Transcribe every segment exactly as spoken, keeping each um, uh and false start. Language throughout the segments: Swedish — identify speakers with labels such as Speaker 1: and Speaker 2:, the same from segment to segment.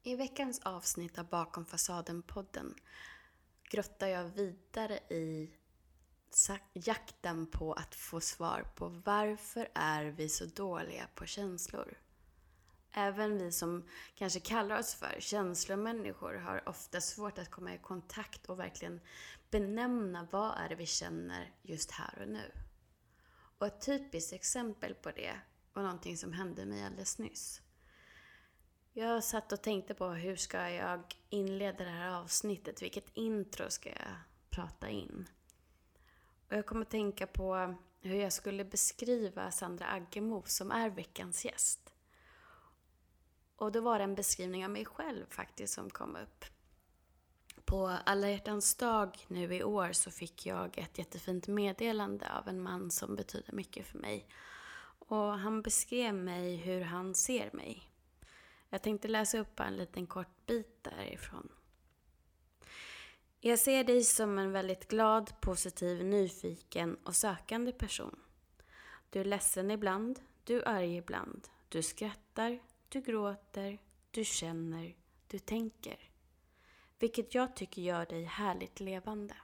Speaker 1: I veckans avsnitt av Bakom fasaden-podden grottar jag vidare i jakten på att få svar på varför är vi så dåliga på känslor. Även vi som kanske kallar oss för känslomänniskor har ofta svårt att komma i kontakt och verkligen benämna vad är det vi känner just här och nu. Och ett typiskt exempel på det var någonting som hände mig alldeles nyss. Jag satt och tänkte på hur ska jag inleda det här avsnittet, vilket intro ska jag prata in. Och jag kommer att tänka på hur jag skulle beskriva Sandra Aggemo som är veckans gäst. Och då var det en beskrivning av mig själv faktiskt som kom upp. På Alla hjärtans dag nu i år så fick jag ett jättefint meddelande av en man som betyder mycket för mig. Och han beskrev mig hur han ser mig. Jag tänkte läsa upp en liten kort bit därifrån. Jag ser dig som en väldigt glad, positiv, nyfiken och sökande person. Du är ledsen ibland, du är arg ibland. Du skrattar, du gråter, du känner, du tänker. Vilket jag tycker gör dig härligt levande.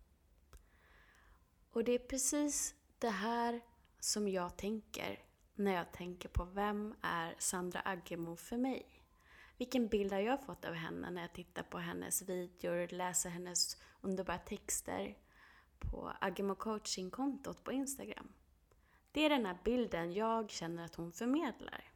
Speaker 1: Och det är precis det här som jag tänker när jag tänker på vem är Sandra Aggemo för mig. Vilken bild har jag fått av henne när jag tittar på hennes videor, läser hennes underbara texter på Aggemo Coaching-kontot på Instagram. Det är den här bilden jag känner att hon förmedlar.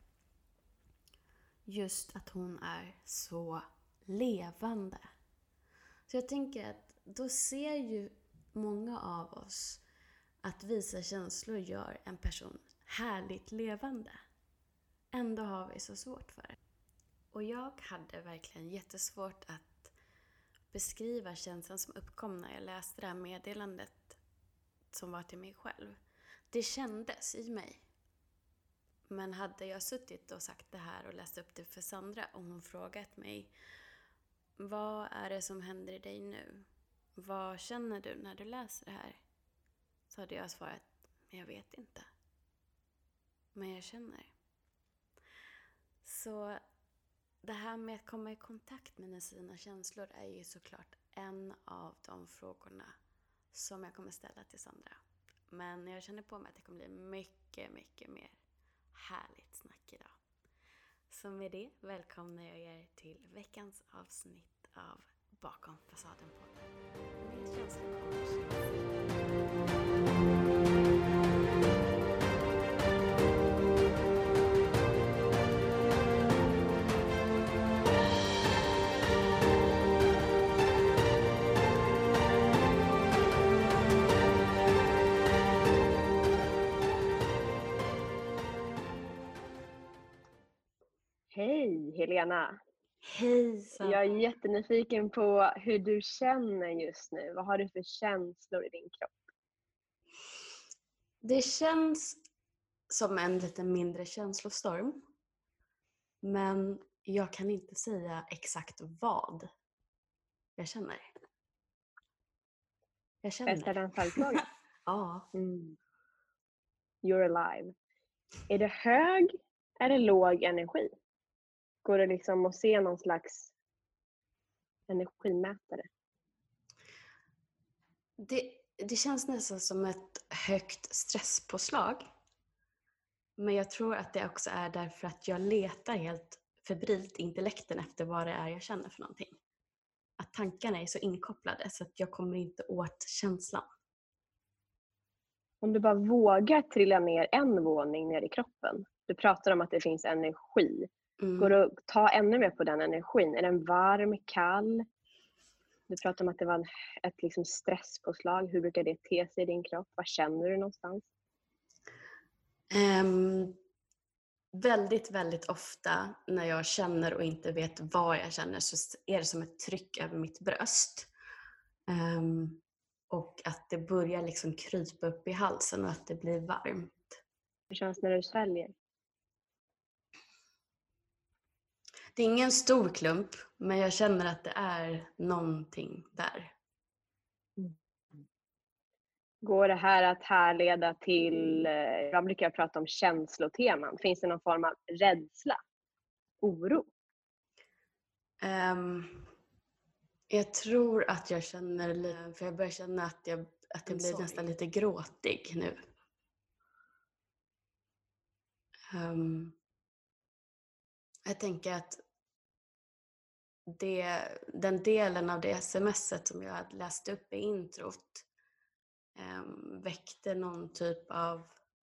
Speaker 1: Just att hon är så levande. Så jag tänker att då ser ju många av oss att visa känslor gör en person härligt levande. Ändå har vi så svårt för det. Och jag hade verkligen jättesvårt att beskriva känslan som uppkom när jag läste det här meddelandet som var till mig själv. Det kändes i mig. Men hade jag suttit och sagt det här och läst upp det för Sandra och hon frågat mig: vad är det som händer i dig nu? Vad känner du när du läser det här? Så hade jag svarat: jag vet inte. Men jag känner. Så det här med att komma i kontakt med sina känslor är ju såklart en av de frågorna som jag kommer ställa till Sandra. Men jag känner på mig att det kommer bli mycket, mycket mer härligt snack idag. Så med det välkomnar jag er till veckans avsnitt av Bakom fasaden-podden med känslocoach.
Speaker 2: Hej Helena!
Speaker 1: Hej Sandra!
Speaker 2: Jag är jättenyfiken på hur du känner just nu. Vad har du för känslor i din kropp?
Speaker 1: Det känns som en lite mindre känslostorm. Men jag kan inte säga exakt vad jag känner. Jag känner.
Speaker 2: Jag ställer en följdfråga.
Speaker 1: Ja.
Speaker 2: Mm. You're alive. Är det hög eller låg energi? Går det liksom att se någon slags energimätare?
Speaker 1: Det, det känns nästan som ett högt stresspåslag. Men jag tror att det också är därför att jag letar helt febrilt i intellekten efter vad det är jag känner för någonting. Att tankarna är så inkopplade så att jag kommer inte åt känslan.
Speaker 2: Om du bara vågar trilla ner en våning ner i kroppen. Du pratar om att det finns energi.
Speaker 1: Mm.
Speaker 2: Går det att ta ännu mer på den energin? Är den varm, kall? Du pratar om att det var ett liksom stresspåslag. Hur brukar det te sig i din kropp? Vad känner du någonstans?
Speaker 1: Um, väldigt, väldigt ofta när jag känner och inte vet vad jag känner så är det som ett tryck över mitt bröst. Um, och att det börjar liksom krypa upp i halsen och att det blir varmt.
Speaker 2: Hur känns när du sväljer?
Speaker 1: Det är ingen stor klump, men jag känner att det är någonting där.
Speaker 2: Mm. Går det här att härleda till, jag brukar prata om känsloteman. Finns det någon form av rädsla? Oro?
Speaker 1: Ehm, jag tror att jag känner lite, för jag börjar känna att jag, att jag blir
Speaker 2: sorg.
Speaker 1: nästan lite gråtig nu. Ehm, jag tänker att det, den delen av det smset som jag hade läst upp i introt ehm, väckte någon typ av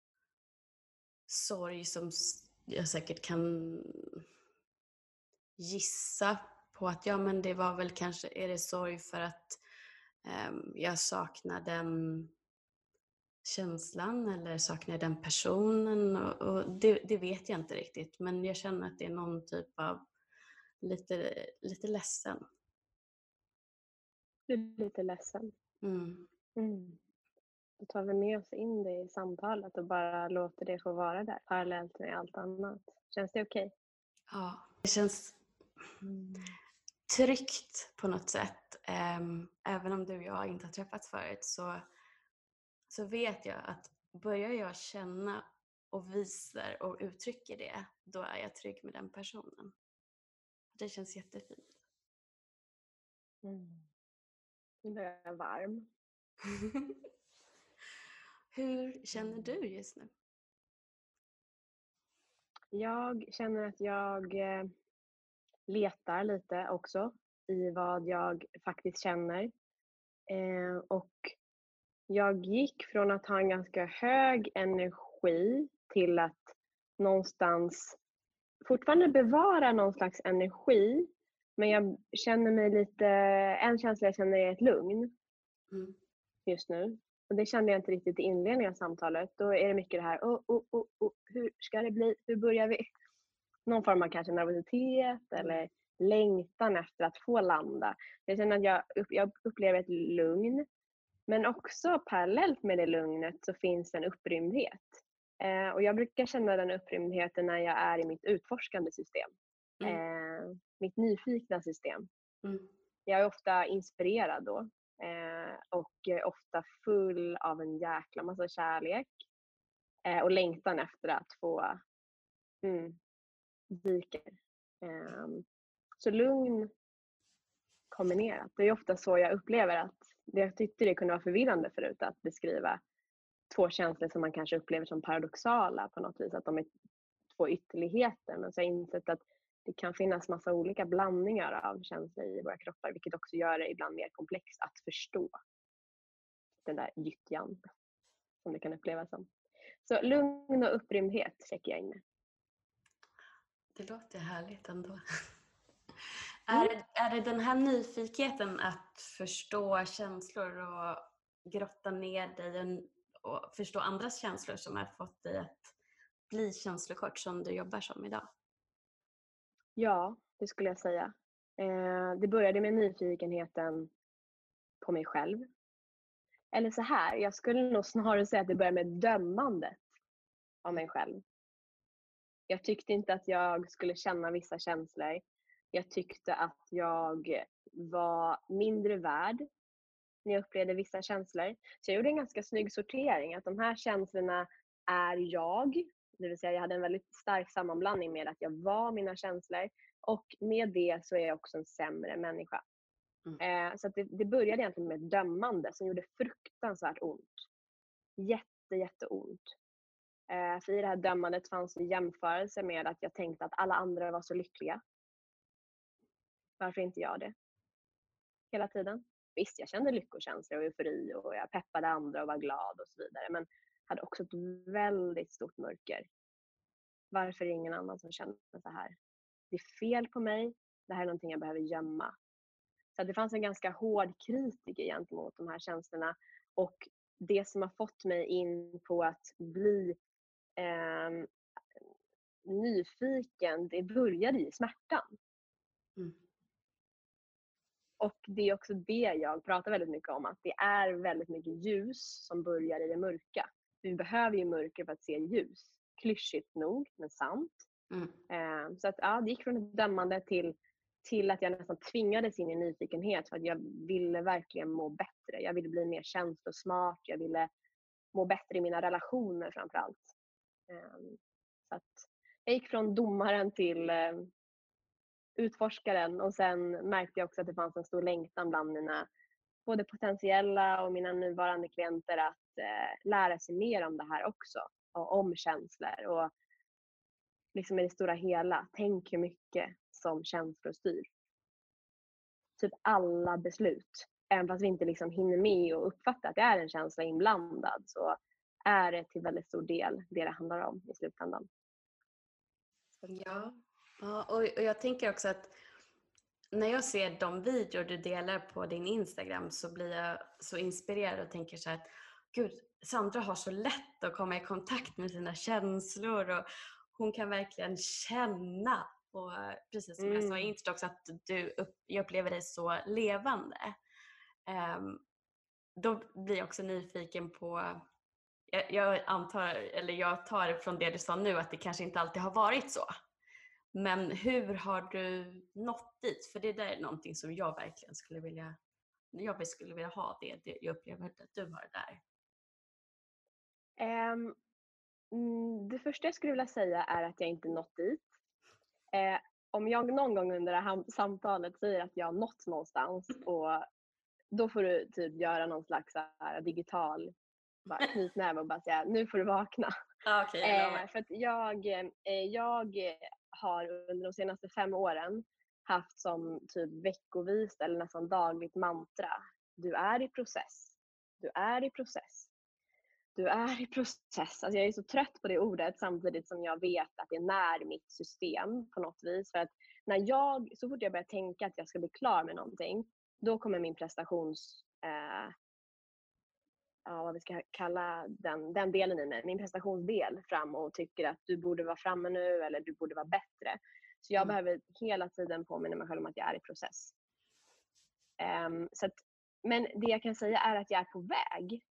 Speaker 1: sorg som s- jag säkert kan gissa på att ja, men det var väl kanske, är det sorg för att ehm, jag saknar den känslan eller saknar jag den personen, och, och det, det vet jag inte riktigt, men jag känner att det är någon typ av lite, lite ledsen.
Speaker 2: Du är lite ledsen.
Speaker 1: Mm.
Speaker 2: Mm. Då tar vi med oss in det i samtalet och bara låter det få vara där parallellt med allt annat. Känns det okej?
Speaker 1: Ja, det känns
Speaker 2: Mm.
Speaker 1: tryggt på något sätt. Ehm, även om du och jag inte har träffats förut så, så vet jag att börjar jag känna och visar och uttrycker det, då är jag trygg med den personen. Det känns jättefint.
Speaker 2: Mm. Nu blir jag varm.
Speaker 1: Hur känner du just nu?
Speaker 2: Jag känner att jag eh, letar lite också i vad jag faktiskt känner. Eh, och jag gick från att ha en ganska hög energi till att någonstans fortfarande bevara någon slags energi. Men jag känner mig lite, en känsla jag känner är ett lugn
Speaker 1: Mm.
Speaker 2: just nu. Och det kände jag inte riktigt i inledningen av samtalet. Då är det mycket det här, oh, oh, oh, oh, hur ska det bli, hur börjar vi? Någon form av kanske nervositet
Speaker 1: Mm.
Speaker 2: eller längtan efter att få landa. Jag känner att jag, upp, jag upplever ett lugn. Men också parallellt med det lugnet så finns en upprymdhet. Eh, och jag brukar känna den upprymdheten när jag är i mitt utforskande system.
Speaker 1: Mm.
Speaker 2: Eh, mitt nyfikna system.
Speaker 1: Mm.
Speaker 2: Jag är ofta inspirerad då. Eh, och ofta full av en jäkla massa kärlek. Eh, och längtan efter att få mm, dyka. Eh, så lugn kombinerat. Det är ofta så jag upplever att, jag tyckte det kunde vara förvirrande förut att beskriva två känslor som man kanske upplever som paradoxala på något vis, att de är två ytterligheter. Men så har jag insett att det kan finnas massa olika blandningar av känslor i våra kroppar, vilket också gör det ibland mer komplext att förstå den där gyttjan som det kan upplevas som. Så lugn och upprymdhet checkar jag in med.
Speaker 1: Det låter härligt ändå.
Speaker 2: Mm.
Speaker 1: Är, det, är det den här nyfikenheten att förstå känslor och grotta ner dig och, och förstå andras känslor som har fått dig att bli känslokort som du jobbar som idag?
Speaker 2: Ja, det skulle jag säga. Eh, det började med nyfikenheten på mig själv. Eller så här, jag skulle nog snarare säga att det började med dömandet av mig själv. Jag tyckte inte att jag skulle känna vissa känslor. Jag tyckte att jag var mindre värd när jag upplevde vissa känslor. Så jag gjorde en ganska snygg sortering. Att de här känslorna är jag. Det vill säga jag hade en väldigt stark sammanblandning med att jag var mina känslor. Och med det så är jag också en sämre människa.
Speaker 1: Mm.
Speaker 2: Eh, så att det, det började egentligen med ett dömande som gjorde fruktansvärt ont. Jätte, jätteont. Eh, för i det här dömandet fanns en jämförelse med att jag tänkte att alla andra var så lyckliga. Varför inte jag det? Hela tiden. Visst, jag kände lyckokänslor och eufori och jag peppade andra och var glad och så vidare. Men hade också ett väldigt stort mörker. Varför är det ingen annan som känner så här? Det är fel på mig. Det här är någonting jag behöver gömma. Så det fanns en ganska hård kritiker gentemot de här känslorna. Och det som har fått mig in på att bli eh, nyfiken, det började i smärtan.
Speaker 1: Mm.
Speaker 2: Och det är också det jag pratar väldigt mycket om, att det är väldigt mycket ljus som börjar i det mörka. Vi behöver ju mörker för att se ljus. Klyschigt nog, men sant.
Speaker 1: Mm.
Speaker 2: Eh, så att, ja, det gick från ett dömande till, till att jag nästan tvingades in i nyfikenhet för att jag ville verkligen må bättre. Jag ville bli mer känslosmart, jag ville må bättre i mina relationer framför allt. Eh, så att jag gick från domaren till eh, utforska den, och sen märkte jag också att det fanns en stor längtan bland mina både potentiella och mina nuvarande klienter att eh, lära sig mer om det här också, och om känslor och liksom i det stora hela, tänk hur mycket som känslor styr. Typ alla beslut, även fast vi inte liksom hinner med och uppfatta att det är en känsla inblandad, så är det till väldigt stor del det det handlar om i slutändan.
Speaker 1: Ja, ja och, och jag tänker också att när jag ser de videor du delar på din Instagram så blir jag så inspirerad och tänker så här att gud, Sandra har så lätt att komma i kontakt med sina känslor och hon kan verkligen känna. Och precis som jag sa i
Speaker 2: Mm.
Speaker 1: intro också, att du upp, jag upplever dig så levande. Um, då blir jag också nyfiken på, jag, jag antar, eller jag tar från det du sa nu att det kanske inte alltid har varit så. Men hur har du nått dit? För det där är någonting som jag verkligen skulle vilja, jag skulle vilja ha det, det jag upplever att du har där.
Speaker 2: Um, mm, det första jag skulle vilja säga är att jag inte nått dit. Eh, om jag någon gång under det här samtalet säger att jag har nått någonstans, och då får du typ göra någon slags så här digital bara knytnäve och bara säga nu får du vakna.
Speaker 1: Ah, okay,
Speaker 2: eh, för att jag, eh, jag har under de senaste fem åren haft som typ veckovis eller nästan dagligt mantra: du är i process, du är i process, du är i process. Alltså jag är så trött på det ordet, samtidigt som jag vet att det när mitt system på något vis. För att när jag, så fort jag börjar tänka att jag ska bli klar med någonting, då kommer min prestations... Eh, ja, vad vi ska kalla den, den delen i mig, min prestationsdel, fram och tycker att du borde vara framme nu eller du borde vara bättre. Så jag mm. behöver hela tiden påminna mig själv om att jag är i process. Um, så att, men det jag kan säga är att jag är på väg.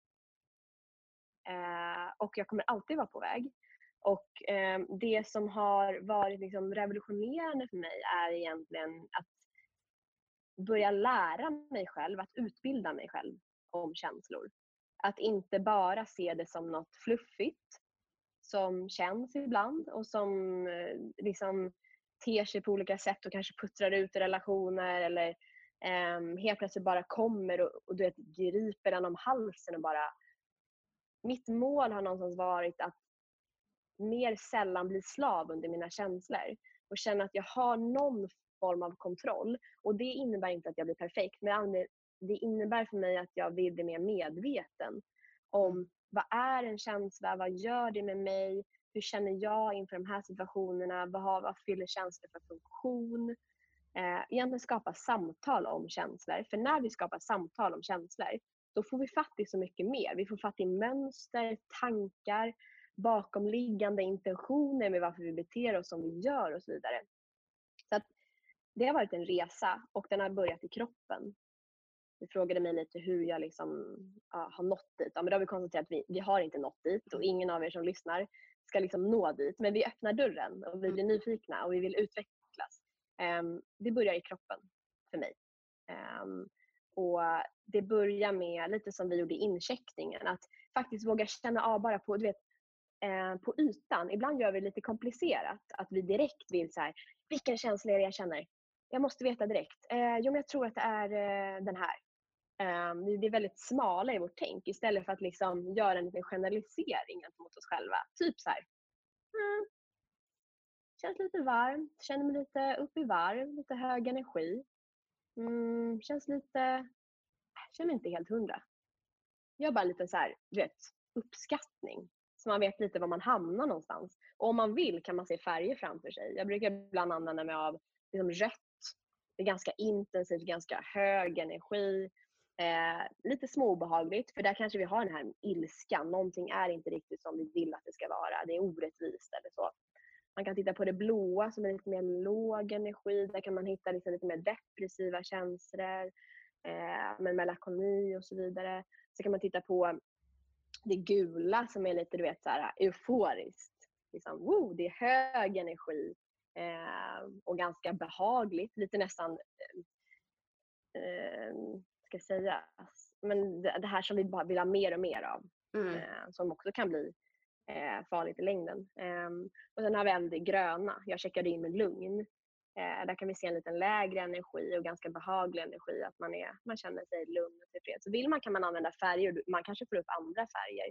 Speaker 2: Uh, och jag kommer alltid vara på väg. Och um, det som har varit liksom revolutionerande för mig är egentligen att börja lära mig själv, att utbilda mig själv om känslor. Att inte bara se det som något fluffigt som känns ibland och som liksom ter sig på olika sätt och kanske puttrar ut i relationer, eller um, helt plötsligt bara kommer och, och du vet, griper den om halsen och bara... Mitt mål har någonstans varit att mer sällan bli slav under mina känslor och känna att jag har någon form av kontroll. Och det innebär inte att jag blir perfekt, men det innebär för mig att jag vill bli mer medveten om vad är en känsla, vad gör det med mig, hur känner jag inför de här situationerna, vad, har, vad fyller känslor för funktion. Eh, egentligen skapa samtal om känslor, för när vi skapar samtal om känslor, då får vi fatt i så mycket mer. Vi får fatt i mönster, tankar, bakomliggande intentioner med varför vi beter oss som vi gör och så vidare. Så att det har varit en resa och den har börjat i kroppen. Du frågade mig lite hur jag liksom, ja, har nått dit. Ja, men då har vi konstaterat att vi, vi har inte nått dit, och ingen av er som lyssnar ska liksom nå dit. Men vi öppnar dörren och vi blir nyfikna och vi vill utvecklas. Um, det börjar i kroppen för mig. Um, och det börjar med, lite som vi gjorde i incheckningen, att faktiskt våga känna av bara på, du vet, eh, på ytan. Ibland gör vi det lite komplicerat, att vi direkt vill så här: vilken känsla är det jag känner? Jag måste veta direkt. Eh, jo, men jag tror att det är eh, den här. Eh, vi blir väldigt smala i vårt tänk istället för att liksom göra en liten generalisering mot oss själva. Typ så här: mm, känns lite varmt, känner mig lite upp i varv, lite hög energi. Mm, känns lite, känner mig inte helt hundra. Gör bara lite så här, du vet, uppskattning. Så man vet lite var man hamnar någonstans. Och om man vill kan man se färger framför sig. Jag brukar ibland använda mig av liksom rött. Det är ganska intensivt, ganska hög energi. Eh, lite småobehagligt, för där kanske vi har den här ilskan. Någonting är inte riktigt som vi vill att det ska vara. Det är orättvist eller så. Man kan titta på det blåa som är lite mer låg energi. Där kan man hitta liksom lite mer depressiva känslor. Eh, med melankoli och så vidare. Så kan man titta på det gula som är lite, du vet, så här euforiskt. Liksom, wow, det är hög energi eh, och ganska behagligt. Lite nästan, eh, ska jag säga, men det, det här som vi bara vill ha mer och mer av. Mm. Eh, som också kan bli eh, farligt i längden. Eh, och sen har vi även det gröna. Jag checkade in med lugn. Eh, där kan vi se en liten lägre energi och ganska behaglig energi, att man, är, man känner sig lugn och tillfreds. Så vill man kan man använda färger, man kanske får upp andra färger.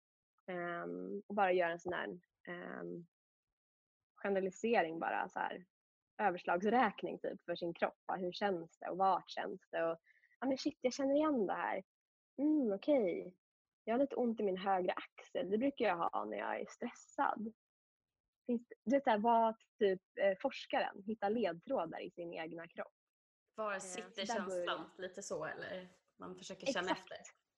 Speaker 2: Um, och bara göra en sån här um, generalisering, bara så här, överslagsräkning typ för sin kropp. Hur känns det och vart känns det? Och, ja men shit, jag känner igen det här. Mm, okej. Okay. Jag har lite ont i min högra axel. Det brukar jag ha när jag är stressad. Finns det, du vet så här, vad typ eh, forskaren hittar ledtrådar i sin egna kropp.
Speaker 1: Var
Speaker 2: Eh,
Speaker 1: sitter
Speaker 2: så där börjar-
Speaker 1: känslan? Lite så, eller? Man försöker känna
Speaker 2: Exakt.
Speaker 1: efter.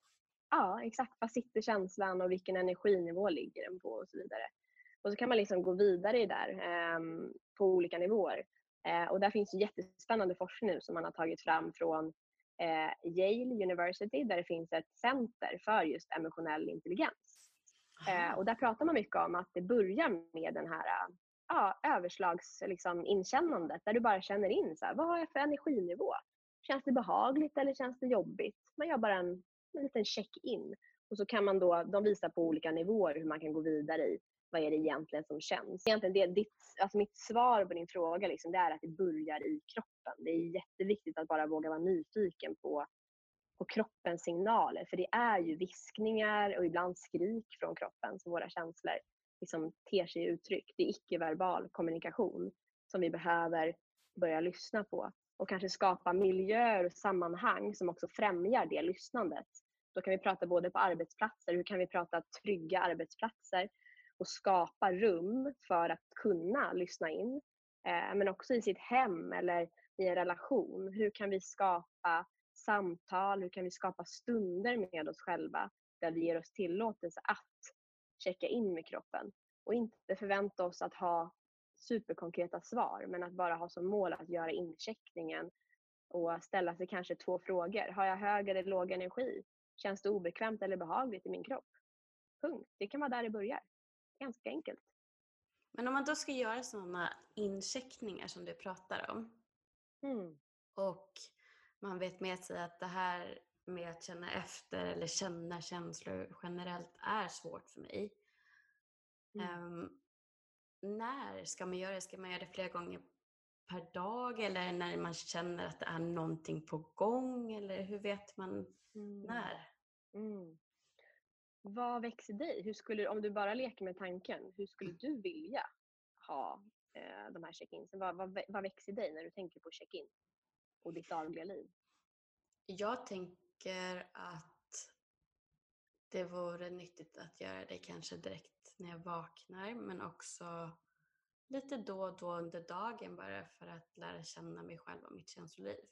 Speaker 2: Ja, exakt. Vad sitter känslan och vilken energinivå ligger den på och så vidare. Och så kan man liksom gå vidare i där eh, på olika nivåer. Eh, och där finns jättespännande forskning nu som man har tagit fram från eh, Yale University, där det finns ett center för just emotionell intelligens. Eh, och där pratar man mycket om att det börjar med den här ja, överslags liksom, inkännandet, där du bara känner in så här, vad har jag för energinivå? Känns det behagligt eller känns det jobbigt? Man gör bara en, en liten check-in. Och så kan man då, de visar på olika nivåer hur man kan gå vidare i vad är det egentligen som känns. Egentligen det, ditt, alltså mitt svar på din fråga liksom, det är att det börjar i kroppen. Det är jätteviktigt att bara våga vara nyfiken på, på kroppens signaler. För det är ju viskningar och ibland skrik från kroppen som våra känslor liksom ter sig i uttryck. Det är icke-verbal kommunikation som vi behöver börja lyssna på. Och kanske skapa miljöer och sammanhang som också främjar det lyssnandet. Då kan vi prata både på arbetsplatser, hur kan vi prata trygga arbetsplatser och skapa rum för att kunna lyssna in. Eh, men också i sitt hem eller i en relation. Hur kan vi skapa samtal, hur kan vi skapa stunder med oss själva där vi ger oss tillåtelse att checka in med kroppen. Och inte förvänta oss att ha superkonkreta svar, men att bara ha som mål att göra incheckningen och ställa sig kanske två frågor. Har jag hög eller låg energi? Känns det obekvämt eller behagligt i min kropp? Punkt. Det kan vara där det börjar. Ganska enkelt.
Speaker 1: Men om man då ska göra sådana incheckningar som du pratar om
Speaker 2: Mm.
Speaker 1: och man vet med sig att det här med att känna efter eller känna känslor generellt är svårt för mig.
Speaker 2: Mm.
Speaker 1: Um, när ska man göra det? Ska man göra det flera gånger per dag eller när man känner att det är någonting på gång? Eller hur vet man
Speaker 2: Mm.
Speaker 1: när?
Speaker 2: Mm. Vad växer dig? Hur skulle, om du bara leker med tanken, hur skulle du vilja ha eh, de här check-insen? Vad, vad, vad växer dig när du tänker på check-in och ditt dagliga liv?
Speaker 1: Jag tänker att det vore nyttigt att göra det kanske direkt när jag vaknar, men också lite då och då under dagen bara för att lära känna mig själv och mitt känsloliv.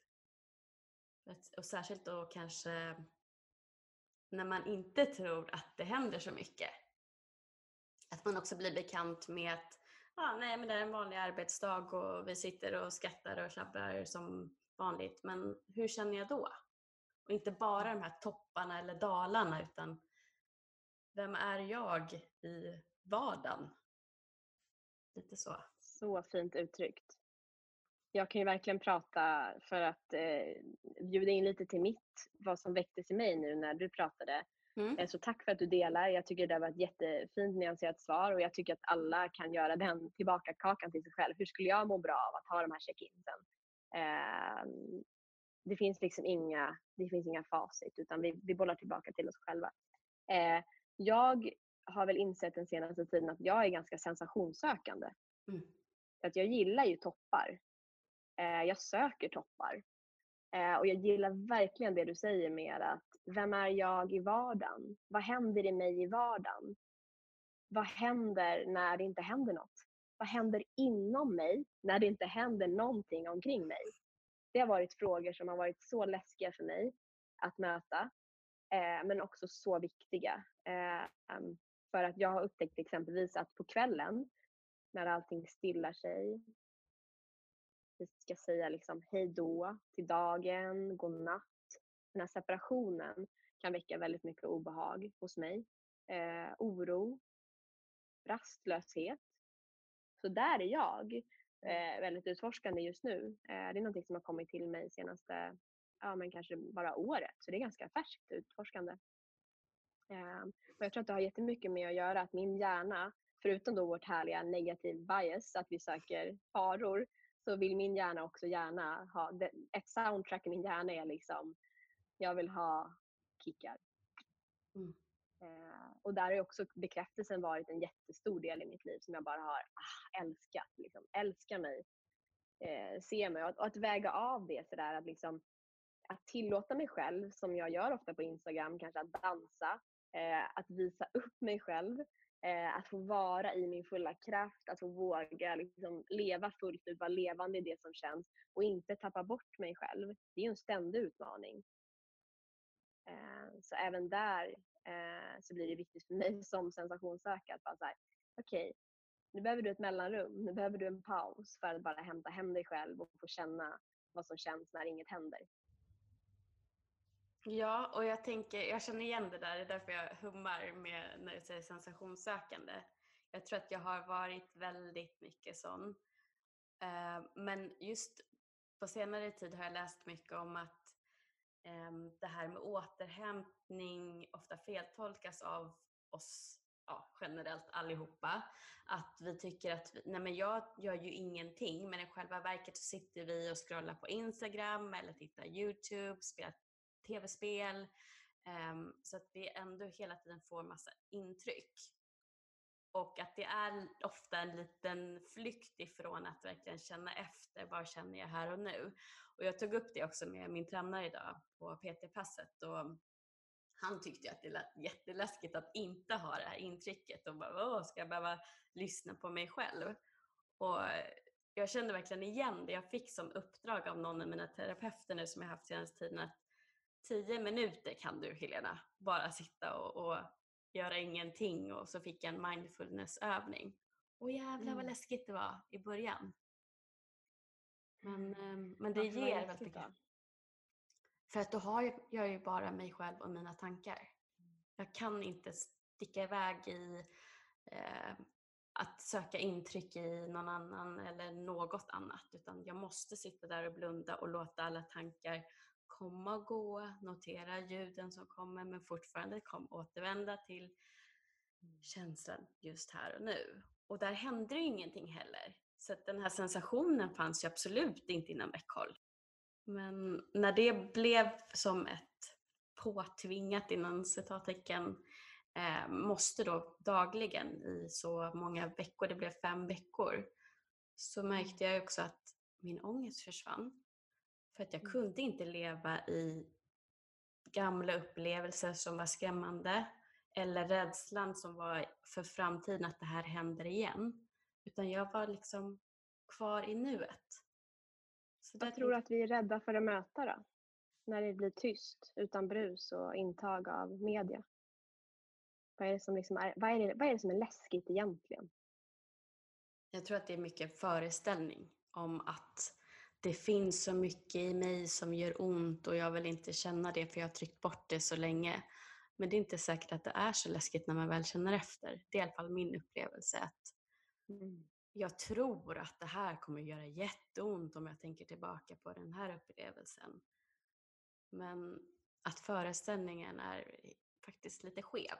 Speaker 1: Och särskilt då kanske när man inte tror att det händer så mycket. Att man också blir bekant med att ah, nej, men det är en vanlig arbetsdag och vi sitter och skrattar och tjabblar som vanligt. Men hur känner jag då? Och inte bara de här topparna eller dalarna, utan vem är jag i vardagen? Lite så.
Speaker 2: Så fint uttryckt. Jag kan ju verkligen prata för att eh, bjuda in lite till mitt, vad som väcktes i mig nu när du pratade.
Speaker 1: Mm.
Speaker 2: Eh, så tack för att du delar. Jag tycker det var ett jättefint nyanserat svar och jag tycker att alla kan göra den tillbaka kakan till sig själv. Hur skulle jag må bra av att ha de här check-insen? Eh, det finns liksom inga, det finns inga facit, utan vi, vi bollar tillbaka till oss själva. Eh, jag har väl insett den senaste tiden att jag är ganska sensationssökande.
Speaker 1: Mm.
Speaker 2: För att jag gillar ju toppar. Eh, jag söker toppar. Eh, och jag gillar verkligen det du säger med att vem är jag i vardagen? Vad händer i mig i vardagen? Vad händer när det inte händer något? Vad händer inom mig när det inte händer någonting omkring mig? Det har varit frågor som har varit så läskiga för mig att möta. Eh, men också så viktiga. Eh, för att jag har upptäckt exempelvis att på kvällen när allting stillar sig, vi ska säga liksom hej då till dagen, god natt. Den här separationen kan väcka väldigt mycket obehag hos mig. Eh, oro, rastlöshet. Så där är jag eh, väldigt utforskande just nu. Eh, det är någonting som har kommit till mig senaste, ja men kanske bara året. Så det är ganska färskt utforskande. Eh, och jag tror att det har jättemycket med att göra att min hjärna, förutom då vårt härliga negativ bias, att vi söker faror, så vill min hjärna också gärna ha, ett soundtrack i min hjärna är liksom, jag vill ha kickar.
Speaker 1: Mm.
Speaker 2: Eh, och där har också bekräftelsen varit en jättestor del i mitt liv som jag bara har ah, älskat. Liksom. Älskar mig, eh, se mig. Och att, och att väga av det sådär, att, liksom, att tillåta mig själv, som jag gör ofta på Instagram, kanske att dansa, eh, att visa upp mig själv, eh, att få vara i min fulla kraft, att få våga liksom, leva fullt ut, vara levande i det som känns och inte tappa bort mig själv. Det är ju en ständig utmaning. Eh, så även där eh, så blir det viktigt för mig som sensationssökare att bara så här, okej, okay, nu behöver du ett mellanrum, nu behöver du en paus för att bara hämta hem dig själv och få känna vad som känns när inget händer.
Speaker 1: Ja, och jag tänker, jag känner igen det där, det är därför jag hummar med när du säger sensationssökande. Jag tror att jag har varit väldigt mycket sån. Eh, men just på senare tid har jag läst mycket om att eh, det här med återhämtning ofta feltolkas av oss, ja, generellt allihopa. Att vi tycker att, vi, nej men jag gör ju ingenting, men i själva verket så sitter vi och scrollar på Instagram eller tittar YouTube, spelar tv-spel, um, så att vi ändå hela tiden får massa intryck. Och att det är ofta en liten flykt ifrån att verkligen känna efter, vad känner jag här och nu. Och jag tog upp det också med min tränare idag på P T-passet, och han tyckte att det lät jätteläskigt att inte ha det här intrycket och bara, åh, ska jag behöva lyssna på mig själv? Och jag kände verkligen igen det. Jag fick som uppdrag av någon av mina terapeuter nu som jag haft senaste tiden att tio minuter kan du, Helena, bara sitta och, och göra ingenting, och så fick jag en mindfulnessövning. Och jävlar vad läskigt det var i början. Men, men det
Speaker 2: Varför
Speaker 1: ger väldigt mycket. För att då har jag, jag ju bara mig själv och mina tankar. Jag kan inte sticka iväg i eh, att söka intryck i någon annan eller något annat, utan jag måste sitta där och blunda och låta alla tankar komma och gå, notera ljuden som kommer, men fortfarande kom, återvända till känslan just här och nu. Och där hände ju ingenting heller. Så att den här sensationen fanns ju absolut inte inom räckhåll. Men när det blev som ett påtvingat inom citattecken, eh, måste då dagligen i så många veckor, det blev fem veckor, så märkte jag också att min ångest försvann. För att jag kunde inte leva i gamla upplevelser som var skrämmande eller rädslan som var för framtiden att det här händer igen. Utan jag var liksom kvar i nuet.
Speaker 2: Så vad tror du att vi är rädda för att möta då? När det blir tyst, utan brus och intag av media? Vad är det som, liksom är, vad är det, vad är det som är läskigt egentligen?
Speaker 1: Jag tror att det är mycket föreställning om att det finns så mycket i mig som gör ont och jag vill inte känna det för jag har tryckt bort det så länge. Men det är inte säkert att det är så läskigt när man väl känner efter. Det är i alla fall min upplevelse. Att mm. Jag tror att det här kommer göra jätteont om jag tänker tillbaka på den här upplevelsen. Men att föreställningen är faktiskt lite skev.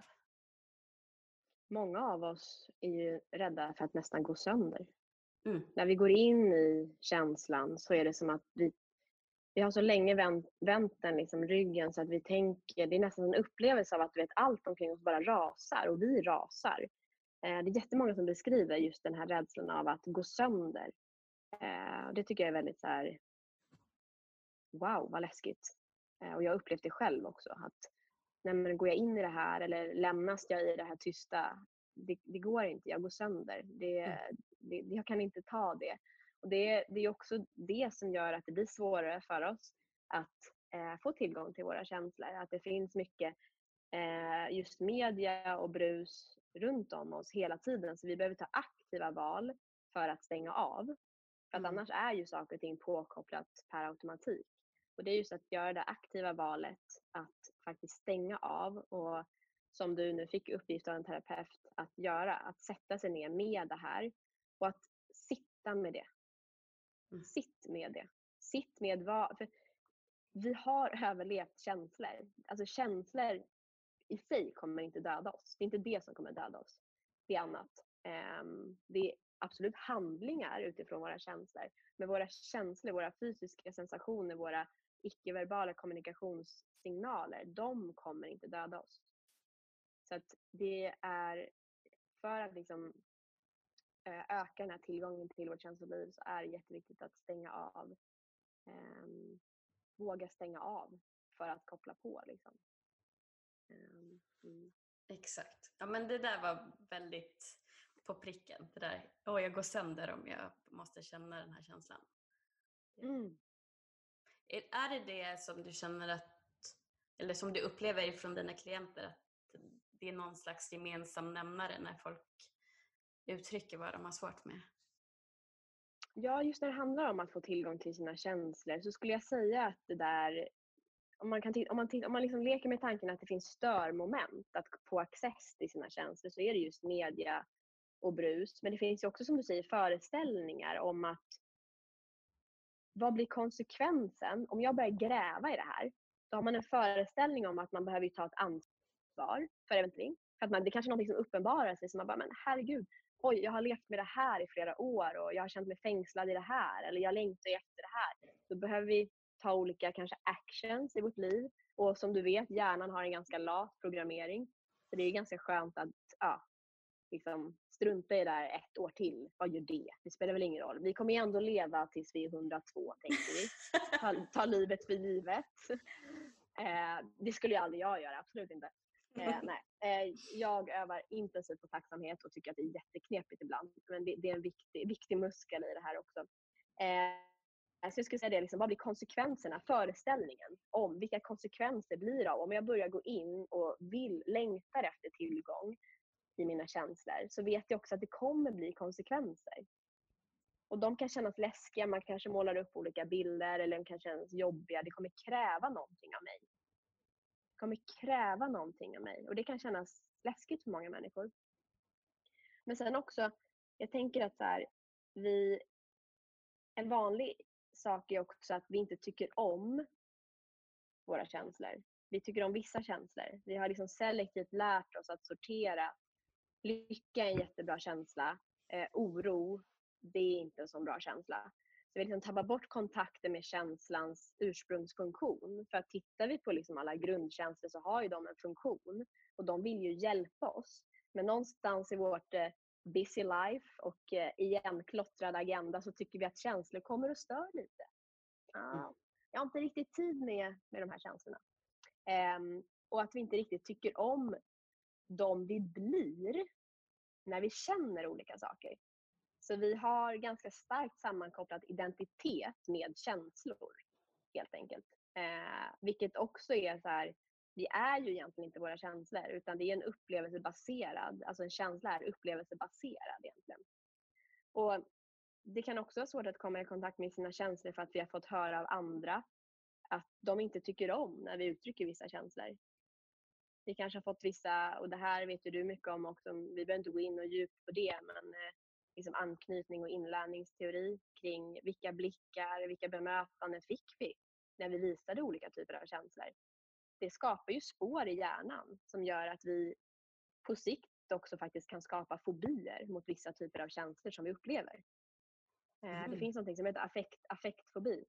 Speaker 2: Många av oss är ju rädda för att nästan gå sönder.
Speaker 1: Mm.
Speaker 2: När vi går in i känslan så är det som att vi, vi har så länge vänt, vänt den liksom ryggen så att vi tänker, det är nästan en upplevelse av att du vet, allt omkring oss bara rasar och vi rasar. Eh, det är jättemånga som beskriver just den här rädslan av att gå sönder. Eh, det tycker jag är väldigt så här, wow vad läskigt. Eh, och jag har upplevt det själv också, att nej, men går jag in i det här eller lämnas jag i det här tysta, det, det går inte, jag går sönder. Det, mm. det, jag kan inte ta det. Och det, det är också det som gör att det blir svårare för oss att eh, få tillgång till våra känslor. Att det finns mycket eh, just media och brus runt om oss hela tiden. Så vi behöver ta aktiva val för att stänga av. För att mm. annars är ju saker och ting påkopplat per automatik. Och det är just att göra det aktiva valet att faktiskt stänga av, och som du nu fick uppgift av en terapeut att göra, att sätta sig ner med det här och att sitta med det. Mm. Sitt med det. Sitt med vad, för vi har överlevt känslor. Alltså känslor i sig kommer inte döda oss. Det är inte det som kommer döda oss. Det är annat. Um, det är absolut handlingar utifrån våra känslor. Men våra känslor, våra fysiska sensationer, våra icke-verbala kommunikationssignaler, de kommer inte döda oss. Så att det är för att liksom öka den här tillgången till vårt känsloliv, så är det jätteviktigt att stänga av. Um, våga stänga av för att koppla på liksom. Um, mm.
Speaker 1: Exakt. Ja, men det där var väldigt på pricken. Det där, åh, jag går sönder om jag måste känna den här känslan.
Speaker 2: Mm.
Speaker 1: Är, är det det som du känner att, eller som du upplever från dina klienter, att det är någon slags gemensam nämnare när folk uttrycker vad de har svårt med?
Speaker 2: Ja, just när det handlar om att få tillgång till sina känslor, så skulle jag säga att det där, om man, kan om man, om man liksom leker med tanken att det finns störmoment att få access till sina känslor, så är det just media och brus. Men det finns ju också, som du säger, föreställningar om att vad blir konsekvensen om jag börjar gräva i det här? Då har man en föreställning om att man behöver ta ett ansvar för eventuellt. För att man, det kanske är något som uppenbarar sig, som man bara, men herregud, oj, jag har levt med det här i flera år och jag har känt mig fängslad i det här, eller jag längtar efter det här. Då behöver vi ta olika kanske actions i vårt liv. Och som du vet, hjärnan har en ganska lat programmering. Så det är ganska skönt att ja, liksom strunta i det där ett år till. Vad gör det? Det spelar väl ingen roll. Vi kommer ju ändå leva tills vi är hundratvå, tänker vi. Ta, ta livet för givet. Eh, det skulle ju aldrig jag göra, absolut inte. Eh, nej. Eh, jag övar intensivt på tacksamhet och tycker att det är jätteknepigt ibland. Men det, det är en viktig, viktig muskel i det här också. Eh, så jag skulle säga det, liksom, vad blir konsekvenserna, föreställningen om vilka konsekvenser blir av om jag börjar gå in och vill, längtar efter tillgång i mina känslor, så vet jag också att det kommer bli konsekvenser. Och de kan kännas läskiga, man kanske målar upp olika bilder, eller de kan kännas jobbiga. Det kommer kräva någonting av mig. Det kommer kräva någonting av mig. Och det kan kännas läskigt för många människor. Men sen också, jag tänker att så här, vi, en vanlig sak är också att vi inte tycker om våra känslor. Vi tycker om vissa känslor. Vi har liksom selektivt lärt oss att sortera. Lycka är en jättebra känsla. Eh, oro, det är inte en så bra känsla. Så vi liksom tappar bort kontakten med känslans ursprungsfunktion. För att tittar vi på liksom alla grundkänslor, så har ju de en funktion. Och de vill ju hjälpa oss. Men någonstans i vårt eh, busy life och eh, igen klottrad agenda, så tycker vi att känslor kommer och stör lite. Ah, jag har inte riktigt tid med, med de här känslorna. Eh, och att vi inte riktigt tycker om de vi blir när vi känner olika saker. Så vi har ganska starkt sammankopplat identitet med känslor, helt enkelt. Eh, vilket också är så här, vi är ju egentligen inte våra känslor, utan det är en upplevelsebaserad, alltså en känsla är upplevelsebaserad egentligen. Och det kan också vara svårt att komma i kontakt med sina känslor för att vi har fått höra av andra att de inte tycker om när vi uttrycker vissa känslor. Vi kanske har fått vissa, och det här vet ju du mycket om också, vi behöver inte gå in och djupt på det, men eh, liksom anknytning och inlärningsteori kring vilka blickar, vilka bemötanden fick vi när vi visade olika typer av känslor. Det skapar ju spår i hjärnan som gör att vi på sikt också faktiskt kan skapa fobier mot vissa typer av känslor som vi upplever. Eh,
Speaker 1: Mm.
Speaker 2: Det finns något som heter affekt, affektfobi.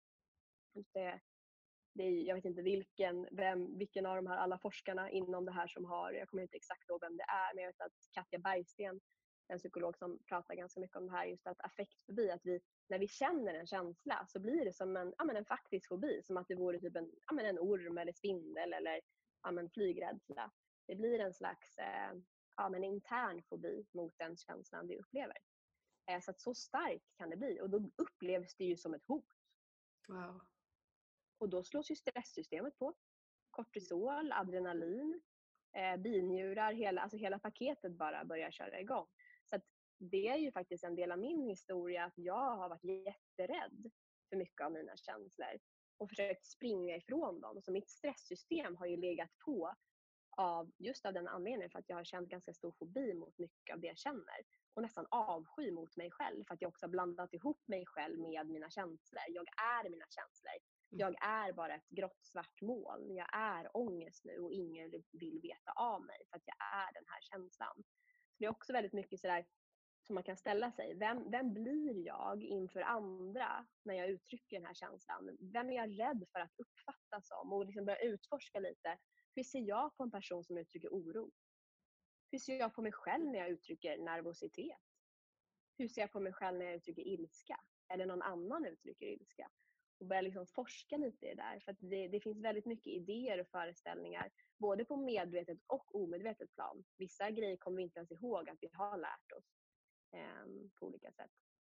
Speaker 2: Det, Det är, jag vet inte vilken, vem, vilken av de här alla forskarna inom det här som har, jag kommer inte exakt ihåg vem det är, men jag vet att Katja Bergsten, en psykolog som pratar ganska mycket om det här, just att affektfobi, att vi, när vi känner en känsla så blir det som en, ja, men en faktisk fobi, som att det vore typ en, ja, men en orm eller spindel eller ja, men flygrädsla. Det blir en slags eh, ja, men intern fobi mot den känslan vi upplever. Eh, så att så starkt kan det bli, och då upplevs det ju som ett hot.
Speaker 1: Wow.
Speaker 2: Och då slås ju stresssystemet på. Kortisol, adrenalin, eh, binjurar, hela, alltså hela paketet bara börjar köra igång. Så att det är ju faktiskt en del av min historia, att jag har varit jätterädd för mycket av mina känslor och försökt springa ifrån dem. Så mitt stresssystem har ju legat på av, just av den anledningen, för att jag har känt ganska stor fobi mot mycket av det jag känner. Och nästan avsky mot mig själv, för att jag också har blandat ihop mig själv med mina känslor. Jag är mina känslor. Jag är bara ett grått svart moln. Jag är ångest nu och ingen vill veta av mig för att jag är den här känslan. Så det är också väldigt mycket sådär, som man kan ställa sig. Vem, vem blir jag inför andra när jag uttrycker den här känslan? Vem är jag rädd för att uppfattas som? Och liksom börja utforska lite. Hur ser jag på en person som uttrycker oro? Hur ser jag på mig själv när jag uttrycker nervositet? Hur ser jag på mig själv när jag uttrycker ilska? Eller någon annan uttrycker ilska? Och börja liksom forska lite i det där. För att det, det finns väldigt mycket idéer och föreställningar. Både på medvetet och omedvetet plan. Vissa grejer kommer vi inte ens ihåg att vi har lärt oss. Eh, på olika sätt.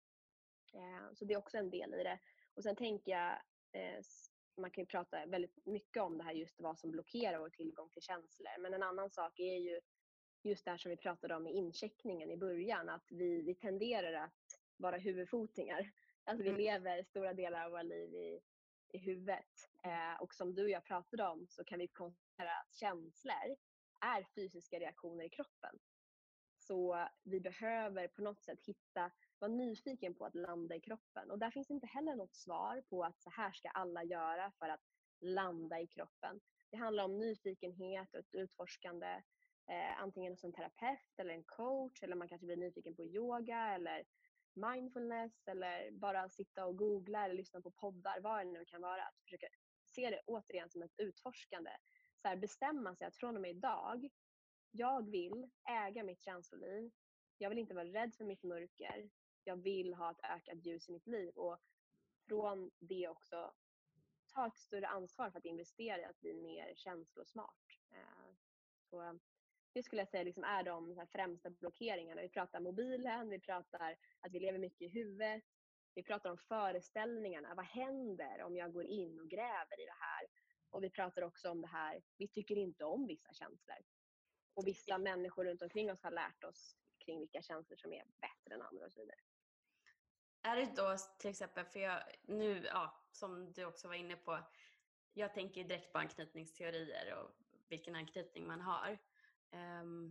Speaker 2: Eh, så det är också en del i det. Och sen tänker jag, eh, man kan ju prata väldigt mycket om det här, just vad som blockerar vår tillgång till känslor. Men en annan sak är ju just det här som vi pratade om i incheckningen i början, att vi, vi tenderar att vara huvudfotingar. Alltså vi lever stora delar av våra liv i, i huvudet. Eh, och som du och jag pratade om så kan vi konstatera att känslor är fysiska reaktioner i kroppen. Så vi behöver på något sätt hitta, vara nyfiken på att landa i kroppen. Och där finns inte heller något svar på att så här ska alla göra för att landa i kroppen. Det handlar om nyfikenhet och ett utforskande. Eh, antingen hos en terapeut eller en coach, eller man kanske blir nyfiken på yoga eller mindfulness, eller bara sitta och googla eller lyssna på poddar, vad det nu kan vara. Att försöka se det återigen som ett utforskande. Så här, bestämma sig att från och med idag, jag vill äga mitt känsloliv. Jag vill inte vara rädd för mitt mörker. Jag vill ha ett ökat ljus i mitt liv, och från det också ta ett större ansvar för att investera i att bli mer känslosmart. Eh, så det skulle jag säga liksom är de så här främsta blockeringarna. Vi pratar mobilen, vi pratar att vi lever mycket i huvudet. Vi pratar om föreställningarna. Vad händer om jag går in och gräver i det här? Och vi pratar också om det här, vi tycker inte om vissa känslor. Och vissa människor runt omkring oss har lärt oss kring vilka känslor som är bättre än andra och så vidare.
Speaker 1: Är det då till exempel, för jag nu, ja, som du också var inne på, jag tänker direkt på anknytningsteorier och vilken anknytning man har. Um,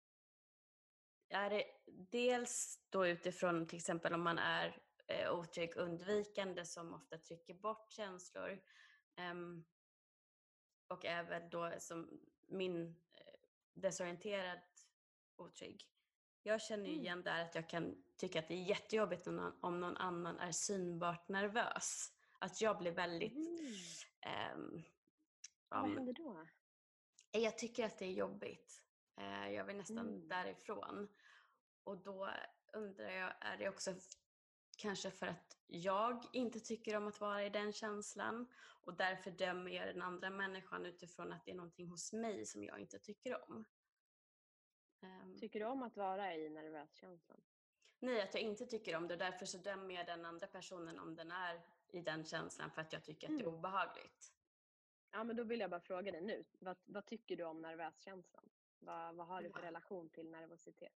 Speaker 1: är det dels då utifrån till exempel om man är eh, otrygg undvikande som ofta trycker bort känslor, um, och även då som min eh, desorienterad otrygg. Jag känner ju igen där att jag kan tycka att det är jättejobbigt om någon, om någon annan är synbart nervös. Att jag blir väldigt...
Speaker 2: Mm.
Speaker 1: Um,
Speaker 2: Vad
Speaker 1: um,
Speaker 2: händer då?
Speaker 1: Jag tycker att det är jobbigt. Uh, jag vill nästan
Speaker 2: Mm.
Speaker 1: därifrån. Och då undrar jag, är det också kanske för att jag inte tycker om att vara i den känslan och därför dömer jag den andra människan utifrån att det är någonting hos mig som jag inte tycker om. Um,
Speaker 2: Tycker du om att vara i nervöskänslan?
Speaker 1: Nej, att jag inte tycker om det. Därför så dömer jag den andra personen om den är i den känslan för att jag tycker att det är obehagligt.
Speaker 2: Ja, men då vill jag bara fråga dig nu. Vad, vad tycker du om nervöskänslan? Vad, vad har du för relation till nervositet?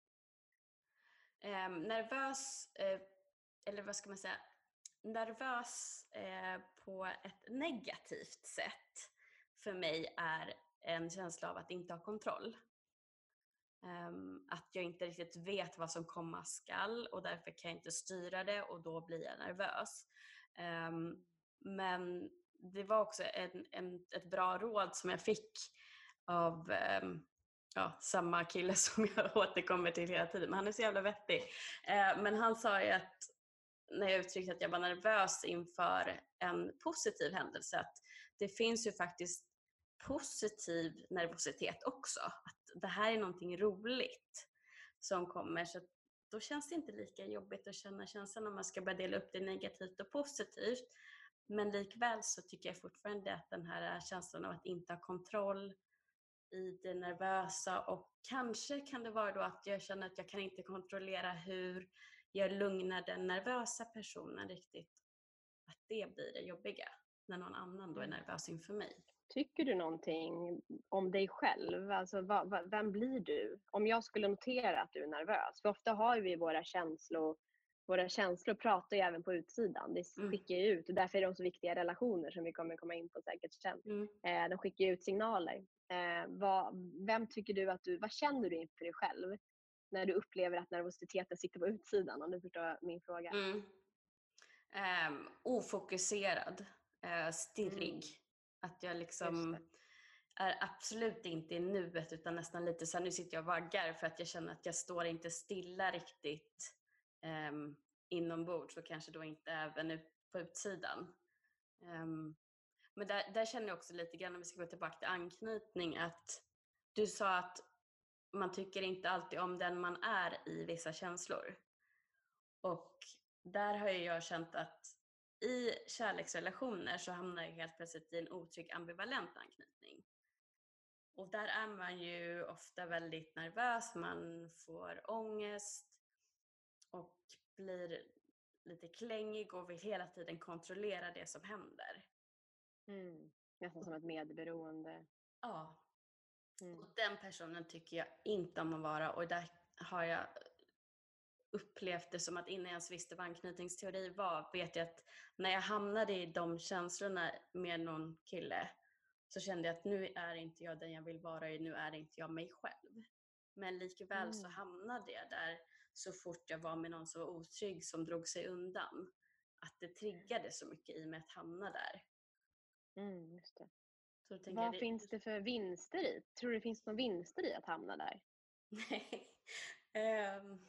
Speaker 1: Um, nervös, eh, eller vad ska man säga? Nervös eh, på ett negativt sätt för mig är en känsla av att inte ha kontroll. Um, att jag inte riktigt vet vad som komma skall och därför kan jag inte styra det och då blir jag nervös. Um, men det var också en, en, ett bra råd som jag fick av um, ja, samma kille som jag återkommer till hela tiden. Men han är så jävla vettig. Uh, men han sa ju att när jag uttryckte att jag var nervös inför en positiv händelse, att det finns ju faktiskt positiv nervositet också. Att det här är någonting roligt som kommer. Så då känns det inte lika jobbigt att känna känslan om man ska börja dela upp det negativt och positivt. Men likväl så tycker jag fortfarande att den här känslan av att inte ha kontroll i det nervösa, och kanske kan det vara då att jag känner att jag kan inte kontrollera hur jag lugnar den nervösa personen riktigt. Att det blir det jobbiga när någon annan då är nervös inför mig.
Speaker 2: Tycker du någonting om dig själv? Alltså, vad, vad, vem blir du? Om jag skulle notera att du är nervös. För ofta har vi våra känslor. Våra känslor pratar ju även på utsidan. Det skickar ju ut. Och därför är de så viktiga relationer som vi kommer komma in på säkert sen.
Speaker 1: Mm.
Speaker 2: Eh, de skickar ut signaler. Eh, vad, vem tycker du att du... Vad känner du inför dig själv? När du upplever att nervositeten sitter på utsidan. Om du förstår min fråga.
Speaker 1: Mm. Um, ofokuserad. Uh, stirrig.
Speaker 2: Mm.
Speaker 1: Att jag liksom är absolut inte i nuet utan nästan lite så här, nu sitter jag och vaggar för att jag känner att jag står inte stilla riktigt um, inombords och kanske då inte även ut, på utsidan. Um, men där, där känner jag också lite grann, om vi ska gå tillbaka till anknytning, att du sa att man tycker inte alltid om den man är i vissa känslor. Och där har ju jag känt att i kärleksrelationer så hamnar jag helt plötsligt i en otrygg ambivalent anknytning. Och där är man ju ofta väldigt nervös, man får ångest och blir lite klängig och vill hela tiden kontrollera det som händer.
Speaker 2: Mm. Nästan som ett medberoende.
Speaker 1: Ja,
Speaker 2: Mm.
Speaker 1: och den personen tycker jag inte om att vara, och där har jag upplevt det som att innan jag ens visste vad anknytningsteori var, vet jag att när jag hamnade i de känslorna med någon kille så kände jag att nu är inte jag den jag vill vara i, nu är inte jag mig själv. Men likväl
Speaker 2: Mm.
Speaker 1: så hamnade jag där så fort jag var med någon som var otrygg, som drog sig undan. Att det triggade så mycket i mig att hamna där.
Speaker 2: Mm, just det.
Speaker 1: Så då tänker
Speaker 2: Vad
Speaker 1: jag, det,
Speaker 2: finns det för vinster i? Tror du det finns någon vinster i att hamna där?
Speaker 1: Nej. um...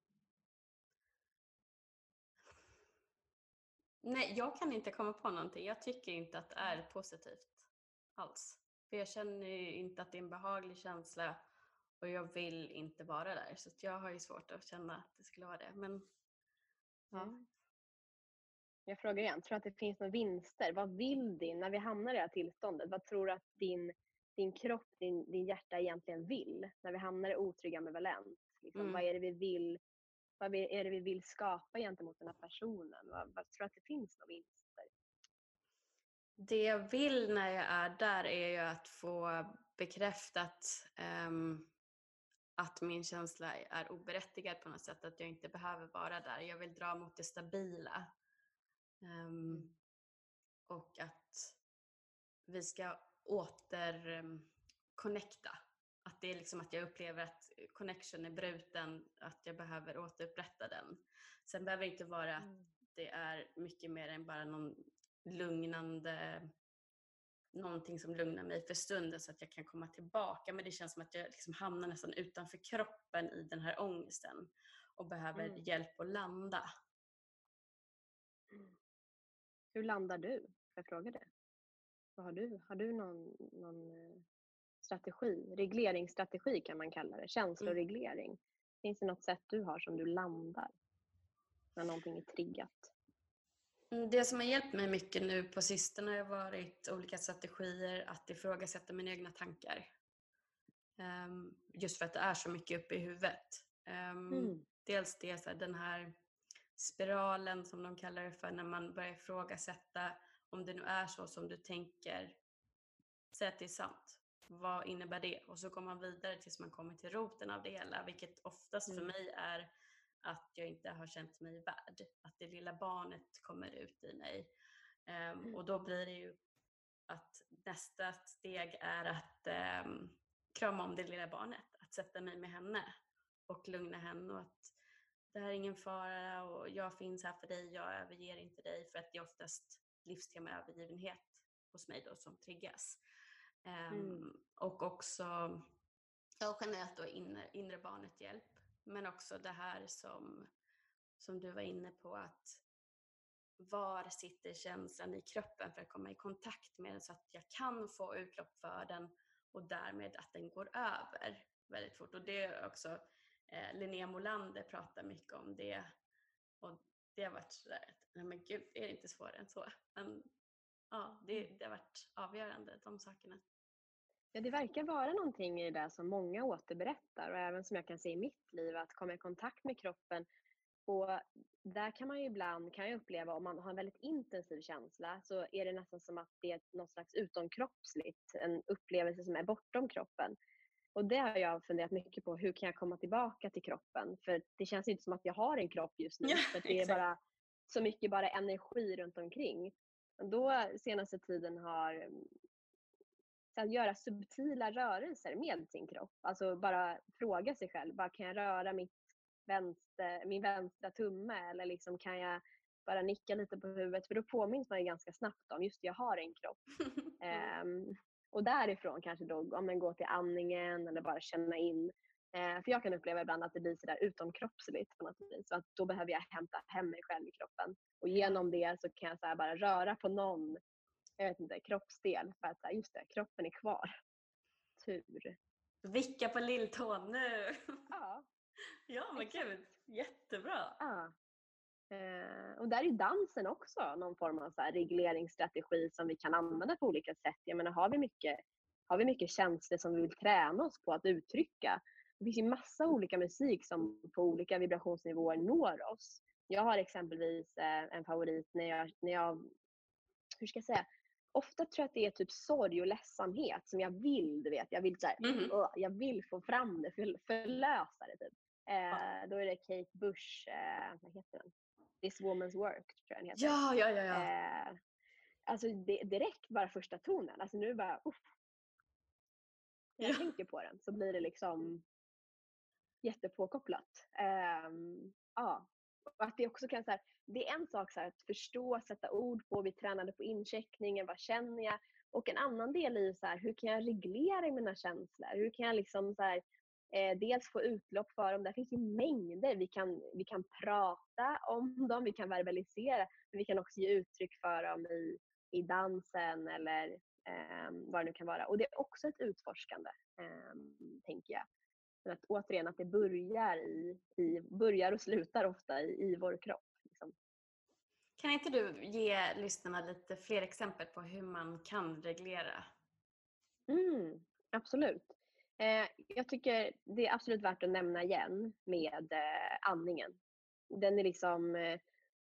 Speaker 1: Nej, jag kan inte komma på någonting. Jag tycker inte att det är positivt alls. För jag känner ju inte att det är en behaglig känsla och jag vill inte vara där. Så att jag har ju svårt att känna att det skulle vara det. Men ja.
Speaker 2: Mm. Jag frågar igen, tror du att det finns några vinster? Vad vill din, när vi hamnar i det här tillståndet, vad tror du att din, din kropp, din, din hjärta egentligen vill? När vi hamnar i otrygg ambivalent, liksom,
Speaker 1: Mm.
Speaker 2: vad är det vi vill, vad är det vi vill skapa gentemot den här personen? Vad, vad tror du att det finns några vinster?
Speaker 1: Det jag vill när jag är där är ju att få bekräftat um, att min känsla är oberättigad på något sätt. Att jag inte behöver vara där. Jag vill dra mot det stabila. Um,
Speaker 2: Mm.
Speaker 1: Och att vi ska åter um, connecta. Att det är liksom att jag upplever att connection är bruten. Att jag behöver återupprätta den. Sen behöver det inte vara att
Speaker 2: Mm.
Speaker 1: det är mycket mer än bara någon lugnande, någonting som lugnar mig för stunden så att jag kan komma tillbaka. Men det känns som att jag liksom hamnar nästan utanför kroppen i den här ångesten och behöver
Speaker 2: Mm.
Speaker 1: hjälp att landa.
Speaker 2: Mm. Hur landar du? Får jag fråga det? Vad har du? Har du någon, någon strategi? Regleringsstrategi kan man kalla det. Känsloreglering. Mm. Finns det något sätt du har som du landar när någonting är triggat?
Speaker 1: Det som har hjälpt mig mycket nu på sistone har varit olika strategier att ifrågasätta mina egna tankar. Um, just för att det är så mycket uppe i huvudet. Um, mm. Dels det, så här, den här spiralen som de kallar det för, när man börjar ifrågasätta om det nu är så som du tänker. Säg att det är sant. Vad innebär det? Och så går man vidare tills man kommer till roten av det hela, vilket oftast mm. för mig är att jag inte har känt mig värd. Att det lilla barnet kommer ut i mig. Um, mm. Och då blir det ju att nästa steg är att um, krama om det lilla barnet. Att sätta mig med henne och lugna henne. Och att det här är ingen fara och jag finns här för dig. Jag överger inte dig. För att det är oftast livstema övergivenhet hos mig då som triggas. Um, mm. Och också ja, generellt då inre, inre barnet hjälp. Men också det här som, som du var inne på, att var sitter känslan i kroppen för att komma i kontakt med den så att jag kan få utlopp för den och därmed att den går över väldigt fort. Och det är också eh, Linnea Molander pratar mycket om det, och det har varit sådär, nej men gud, är det inte svårare än så? Men ja, det, det har varit avgörande, de sakerna.
Speaker 2: Ja, det verkar vara någonting i det där som många återberättar och även som jag kan se i mitt liv, att komma i kontakt med kroppen. Och där kan man ju ibland kan jag uppleva, om man har en väldigt intensiv känsla, så är det nästan som att det är något slags utomkroppsligt, en upplevelse som är bortom kroppen. Och det har jag funderat mycket på, hur kan jag komma tillbaka till kroppen? För det känns inte som att jag har en kropp just nu,
Speaker 1: ja,
Speaker 2: för det är bara så mycket bara energi runt omkring. Och då senaste tiden har så att göra subtila rörelser med sin kropp. Alltså bara fråga sig själv, bara, kan jag röra mitt vänster, min vänstra tumme, eller liksom kan jag bara nicka lite på huvudet? För då påminns man ju ganska snabbt om, just jag har en kropp.
Speaker 1: mm.
Speaker 2: um, Och därifrån kanske då ja, men gå till andningen eller bara känna in. Eh, för jag kan uppleva ibland att det blir sådär utomkroppsligt på något vis. Så att då behöver jag hämta hem mig själv i kroppen. Och genom det så kan jag så här bara röra på någon, jag vet inte, kroppsdel. För att så här, just det, kroppen är kvar. Tur.
Speaker 1: Vicka på lilltån nu.
Speaker 2: Ja.
Speaker 1: Ja, men
Speaker 2: exakt.
Speaker 1: gud. Jättebra.
Speaker 2: Ja. Eh, och där är ju dansen också någon form av så här regleringsstrategi som vi kan använda på olika sätt. Jag menar, har vi mycket, har vi mycket känslor som vi vill träna oss på att uttrycka. Det finns ju massa olika musik som på olika vibrationsnivåer når oss. Jag har exempelvis eh, en favorit när jag, när jag, hur ska jag säga, ofta tror jag att det är typ sorg och ledsamhet som jag vill, du vet, jag vill så här,
Speaker 1: Mhm.
Speaker 2: "Åh, jag vill få fram det, för, förlösa det typ. Eh, då är det Kate Bush, eh, vad heter den? This Woman's Work tror jag den heter.
Speaker 1: Ja, ja, ja, ja.
Speaker 2: Eh, alltså det, direkt bara första tonen, alltså nu bara uff. När jag
Speaker 1: Ja.
Speaker 2: tänker på den så blir det liksom jättepåkopplat. Ehm, ja. Och att det också kan så här, det är en sak så här, att förstå, sätta ord på, vi tränade på incheckningen, vad känner jag? Och en annan del är ju så här, hur kan jag reglera mina känslor? Hur kan jag liksom så här, eh, dels få utlopp för dem? Där finns ju mängder. Vi kan, vi kan prata om dem, vi kan verbalisera, men vi kan också ge uttryck för dem i, i dansen eller eh, vad det nu kan vara. Och det är också ett utforskande, eh, tänker jag. Men att återigen att det börjar, i, i, börjar och slutar ofta i, i vår kropp. Liksom.
Speaker 1: Kan inte du ge lyssnarna lite fler exempel på hur man kan reglera?
Speaker 2: Mm, absolut. Eh, jag tycker det är absolut värt att nämna igen med eh, andningen. Den är liksom, eh,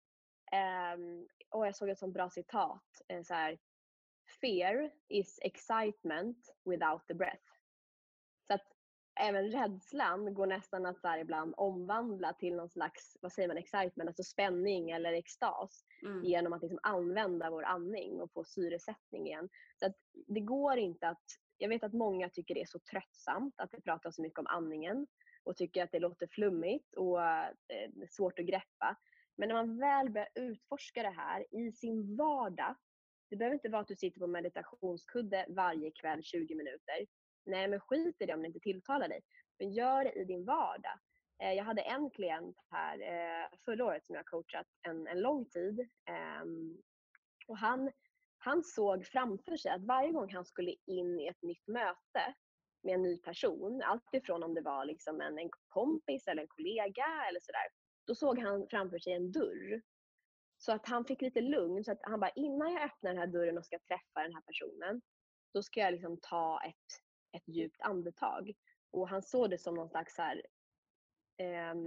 Speaker 2: ehm, och jag såg ett sånt bra citat, eh, så här, fear is excitement without the breath. Så att även rädslan går nästan att så här ibland omvandla till någon slags, vad säger man, excitement, alltså spänning eller extas
Speaker 1: Mm.
Speaker 2: genom att liksom använda vår andning och få syresättning igen. Så att det går inte att, jag vet att många tycker det är så tröttsamt att det pratas så mycket om andningen och tycker att det låter flummigt och eh, svårt att greppa. Men när man väl börjar utforska det här i sin vardag, det behöver inte vara att du sitter på meditationskudde varje kväll tjugo minuter. Nej, men skit i det om det inte tilltalar dig. Men gör det i din vardag. Eh, jag hade en klient här eh, förra året som jag coachat en, en lång tid. Eh, och han, han såg framför sig att varje gång han skulle in i ett nytt möte med en ny person, allt ifrån om det var liksom en, en kompis eller en kollega eller sådär, då såg han framför sig en dörr. Så att han fick lite lugn. Så att han bara, innan jag öppnar den här dörren och ska träffa den här personen, då ska jag liksom ta ett, ett djupt andetag. Och han såg det som någon slags här, eh,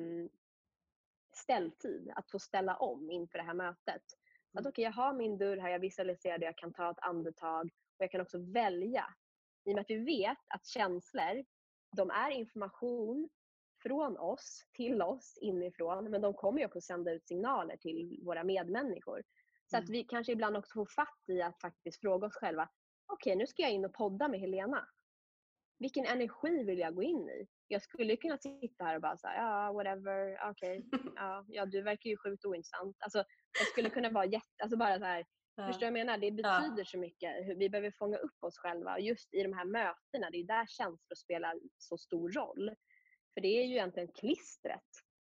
Speaker 2: ställtid, att få ställa om inför det här mötet. Att okej, okay, jag har min dörr här, jag visualiserar det, jag kan ta ett andetag och jag kan också välja. I och med att vi vet att känslor, de är information från oss, till oss inifrån, men de kommer ju också sända ut signaler till våra medmänniskor. Så mm. att vi kanske ibland också får fatt i att faktiskt fråga oss själva, okej, okay, nu ska jag in och podda med Helena. Vilken energi vill jag gå in i? Jag skulle kunna sitta här och bara säga, ja, whatever, okej, okay. ja, ja, du verkar ju sjukt ointressant. Alltså, jag skulle kunna vara jätte, alltså bara så här, ja. Förstår jag menar? Det betyder ja. så mycket. Vi behöver fånga upp oss själva. Och just i de här mötena, det är där känslor spelar så stor roll. För det är ju egentligen klistret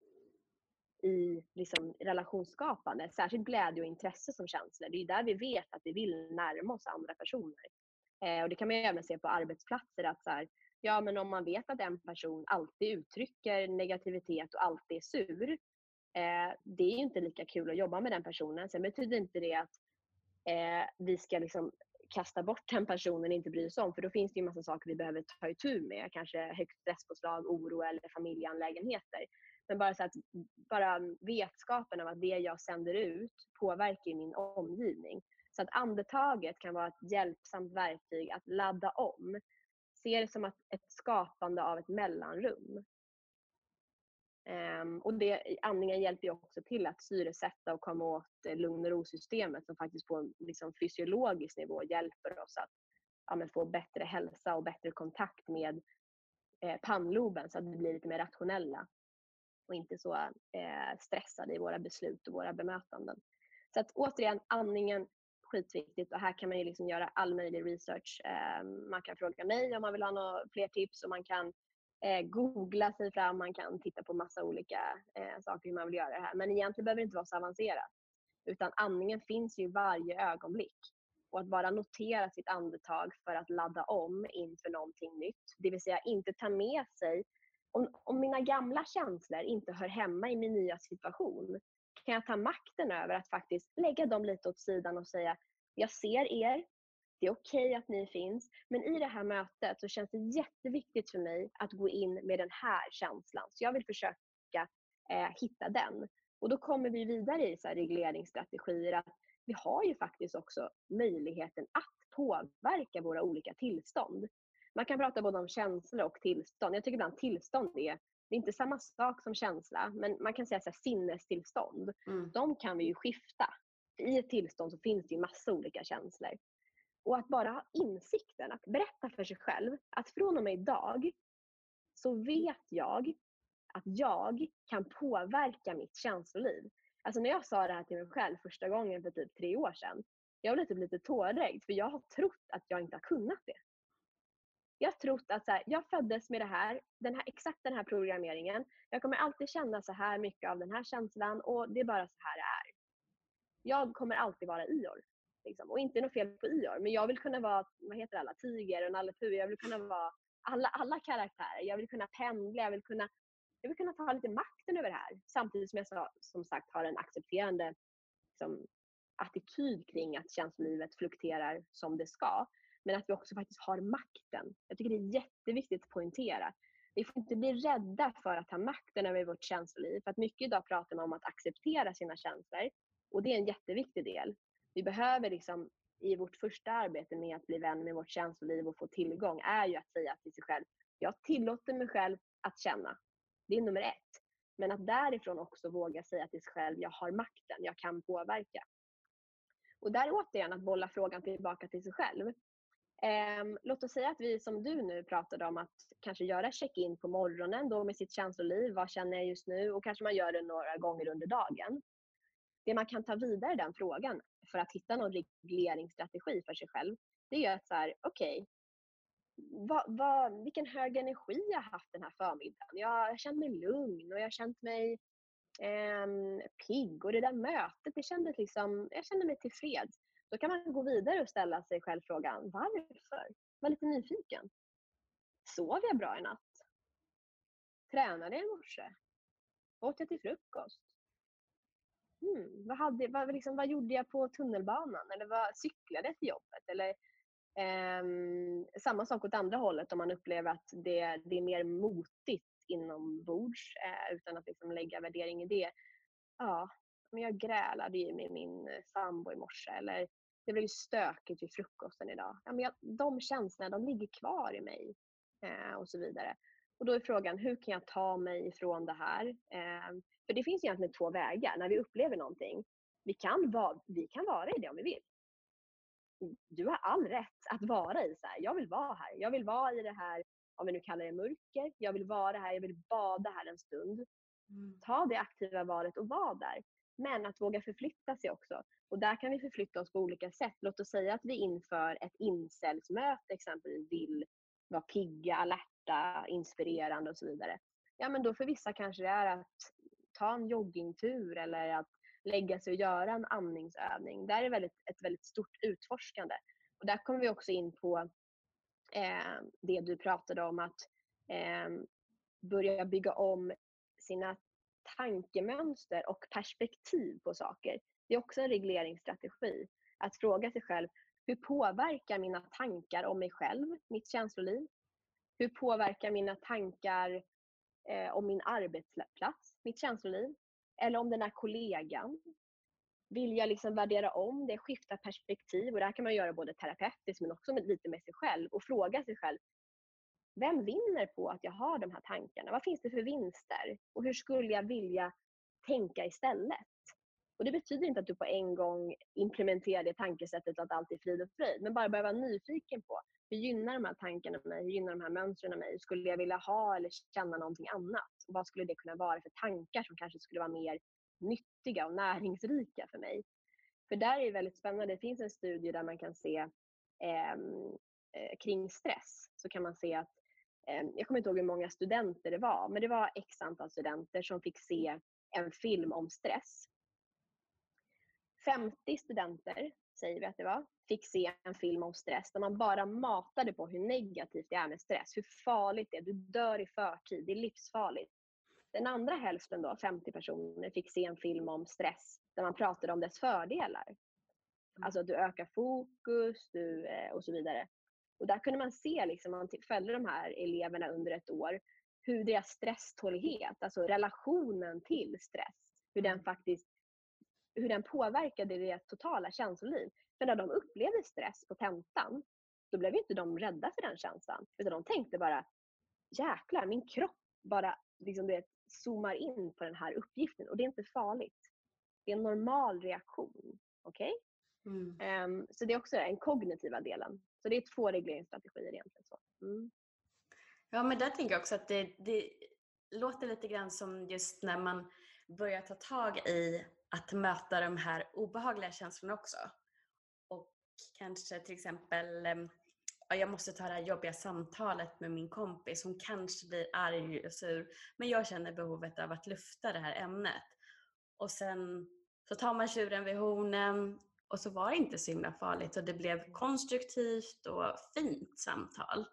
Speaker 2: i liksom relationsskapande, särskilt glädje och intresse som känslor. Det är där vi vet att vi vill närma oss andra personer. Eh, och det kan man ju även se på arbetsplatser, att så här, ja, men om man vet att en person alltid uttrycker negativitet och alltid är sur, eh, det är ju inte lika kul att jobba med den personen. Sen betyder inte det att eh, vi ska liksom kasta bort den personen och inte bry oss om, för då finns det ju massa saker vi behöver ta itu med, kanske högt stresspåslag, oro eller familjeanlägenheter. Men bara så att bara vetskapen av att det jag sänder ut påverkar min omgivning. Så att andetaget kan vara ett hjälpsamt verktyg att ladda om. Se det som att ett skapande av ett mellanrum. Um, och det, andningen hjälper ju också till att syresätta och komma åt eh, lugn och ro-systemet som faktiskt på en liksom, fysiologisk nivå hjälper oss att ja, men få bättre hälsa och bättre kontakt med eh, pannloben, så att vi blir lite mer rationella och inte så eh, stressade i våra beslut och våra bemötanden. Så att återigen, andningen, skitviktigt, och här kan man ju liksom göra all möjlig research. Eh, man kan fråga mig om man vill ha några fler tips, och man kan eh, googla sig fram, man kan titta på massa olika eh, saker hur man vill göra det här. Men egentligen behöver det inte vara så avancerat, utan andningen finns ju varje ögonblick. Och att bara notera sitt andetag för att ladda om inför någonting nytt. Det vill säga inte ta med sig, om, om mina gamla känslor inte hör hemma i min nya situation, kan jag ta makten över att faktiskt lägga dem lite åt sidan och säga, jag ser er, det är okej okay att ni finns, men i det här mötet så känns det jätteviktigt för mig att gå in med den här känslan. Så jag vill försöka eh, hitta den. Och då kommer vi vidare i så här regleringsstrategier, att vi har ju faktiskt också möjligheten att påverka våra olika tillstånd. Man kan prata både om känslor och tillstånd. Jag tycker ibland tillstånd är, det är inte samma sak som känsla, men man kan säga så här, sinnestillstånd.
Speaker 1: Mm.
Speaker 2: De kan vi ju skifta. I ett tillstånd så finns det ju massa olika känslor. Och att bara ha insikten, att berätta för sig själv att från och med idag så vet jag att jag kan påverka mitt känsloliv. Alltså när jag sa det här till mig själv första gången för typ tre år sedan, jag blev typ lite tårögd, för jag har trott att jag inte har kunnat det. Jag har trott att så här, jag föddes med det här, den här, exakt den här programmeringen. Jag kommer alltid känna så här mycket av den här känslan, och det är bara så här det är. Jag kommer alltid vara Ior. Liksom. Och inte något fel på Ior, men jag vill kunna vara, vad heter alla, Tiger och Nalle Puh. Jag vill kunna vara alla, alla karaktärer. Jag vill kunna pendla, jag vill kunna, jag vill kunna ta lite makten över det här. Samtidigt som jag sa, som sagt har en accepterande liksom, attityd kring att känslolivet fluktuerar som det ska. Men att vi också faktiskt har makten. Jag tycker det är jätteviktigt att poängtera. Vi får inte bli rädda för att ha makten över vårt känsloliv. För att mycket idag pratar man om att acceptera sina känslor. Och det är en jätteviktig del. Vi behöver liksom, i vårt första arbete med att bli vän med vårt känsloliv och få tillgång, är ju att säga till sig själv, jag tillåter mig själv att känna. Det är nummer ett. Men att därifrån också våga säga till sig själv, jag har makten, jag kan påverka. Och där återigen att bolla frågan tillbaka till sig själv. Eh, låt oss säga att vi, som du nu pratade om, att kanske göra check-in på morgonen då med sitt känsloliv. Vad känner jag just nu? Och kanske man gör det några gånger under dagen. Det man kan ta vidare den frågan för att hitta någon regleringsstrategi för sig själv, det är ju att så här, okej, okay, vad, vad, vilken hög energi jag har haft den här förmiddagen. Jag har känt mig lugn och jag har känt mig eh, pigg, och det där mötet, det kändes liksom, jag kände mig tillfreds. Då kan man gå vidare och ställa sig själv frågan, varför? Var lite nyfiken. Sov jag bra i natt? Tränade jag i morse? Åt jag till frukost? Hmm, vad, hade, vad, liksom, vad gjorde jag på tunnelbanan? Eller vad cyklade jag till jobbet? Eller eh, samma sak åt andra hållet, om man upplever att det, det är mer motigt inombords eh, utan att liksom lägga värdering i det. Ja, men jag grälade ju med min sambo i morse, eller det blev ju stökigt vid frukosten idag. Ja, men jag, de känslorna, de ligger kvar i mig eh, och så vidare. Och då är frågan, hur kan jag ta mig ifrån det här? Eh, för det finns egentligen två vägar när vi upplever någonting. Vi kan, va, vi kan vara i det om vi vill. Du har all rätt att vara i så här. Jag vill vara här. Jag vill vara i det här, om vi nu kallar det mörker. Jag vill vara här. Jag vill bada här en stund. Mm. Ta det aktiva valet och vara där. Men att våga förflytta sig också. Och där kan vi förflytta oss på olika sätt. Låt oss säga att vi inför ett incelsmöte exempelvis vill vara pigga, alerta, inspirerande och så vidare. Ja, men då för vissa kanske det är att ta en joggingtur eller att lägga sig och göra en andningsövning. Där är väldigt, ett väldigt stort utforskande. Och där kommer vi också in på eh, det du pratade om, att eh, börja bygga om sina tankemönster och perspektiv på saker. Det är också en regleringsstrategi. Att fråga sig själv, hur påverkar mina tankar om mig själv, mitt känsloliv? Hur påverkar mina tankar eh, om min arbetsplats, mitt känsloliv? Eller om den här kollegan? Vill jag liksom värdera om det, skifta perspektiv? Och det här kan man göra både terapeutiskt men också med, lite med sig själv. Och fråga sig själv, vem vinner på att jag har de här tankarna? Vad finns det för vinster? Och hur skulle jag vilja tänka istället? Och det betyder inte att du på en gång implementerar det tankesättet att allt är frid och fröjd. Men bara börja vara nyfiken på, hur gynnar de här tankarna mig? Hur gynnar de här mönstren mig? Skulle jag vilja ha eller känna någonting annat? Och vad skulle det kunna vara för tankar som kanske skulle vara mer nyttiga och näringsrika för mig? För där är det väldigt spännande. Det finns en studie där man kan se ehm, eh, kring stress. Så kan man se att, eh, jag kommer inte ihåg hur många studenter det var, men det var x antal studenter som fick se en film om stress. femtio studenter, säger vi att det var, fick se en film om stress där man bara matade på hur negativt det är med stress, hur farligt det är, du dör i förtid, det är livsfarligt. Den andra hälften då, femtio personer, fick se en film om stress där man pratade om dess fördelar. Alltså att du ökar fokus du, eh, och så vidare. Och där kunde man se, liksom, man följde de här eleverna under ett år, hur deras stresstålighet, alltså relationen till stress, hur den faktiskt hur den påverkade deras totala känsloliv. För när de upplevde stress på tentan, då blev inte de rädda för den känslan. Utan de tänkte bara, jäklar, min kropp bara liksom, det zoomar in på den här uppgiften. Och det är inte farligt. Det är en normal reaktion. Okej? Okay? Mm. Um, så det är också den kognitiva delen. Så det är två regleringsstrategier egentligen. Så. Mm.
Speaker 1: Ja, men där tänker jag också att det, det låter lite grann som just när man börjar ta tag i att möta de här obehagliga känslorna också. Och kanske till exempel, ja, jag måste ta det här jobbiga samtalet med min kompis. Hon kanske blir arg och sur, men jag känner behovet av att lufta det här ämnet. Och sen så tar man tjuren vid hornen och så var det inte så himla farligt och det blev konstruktivt och fint samtal.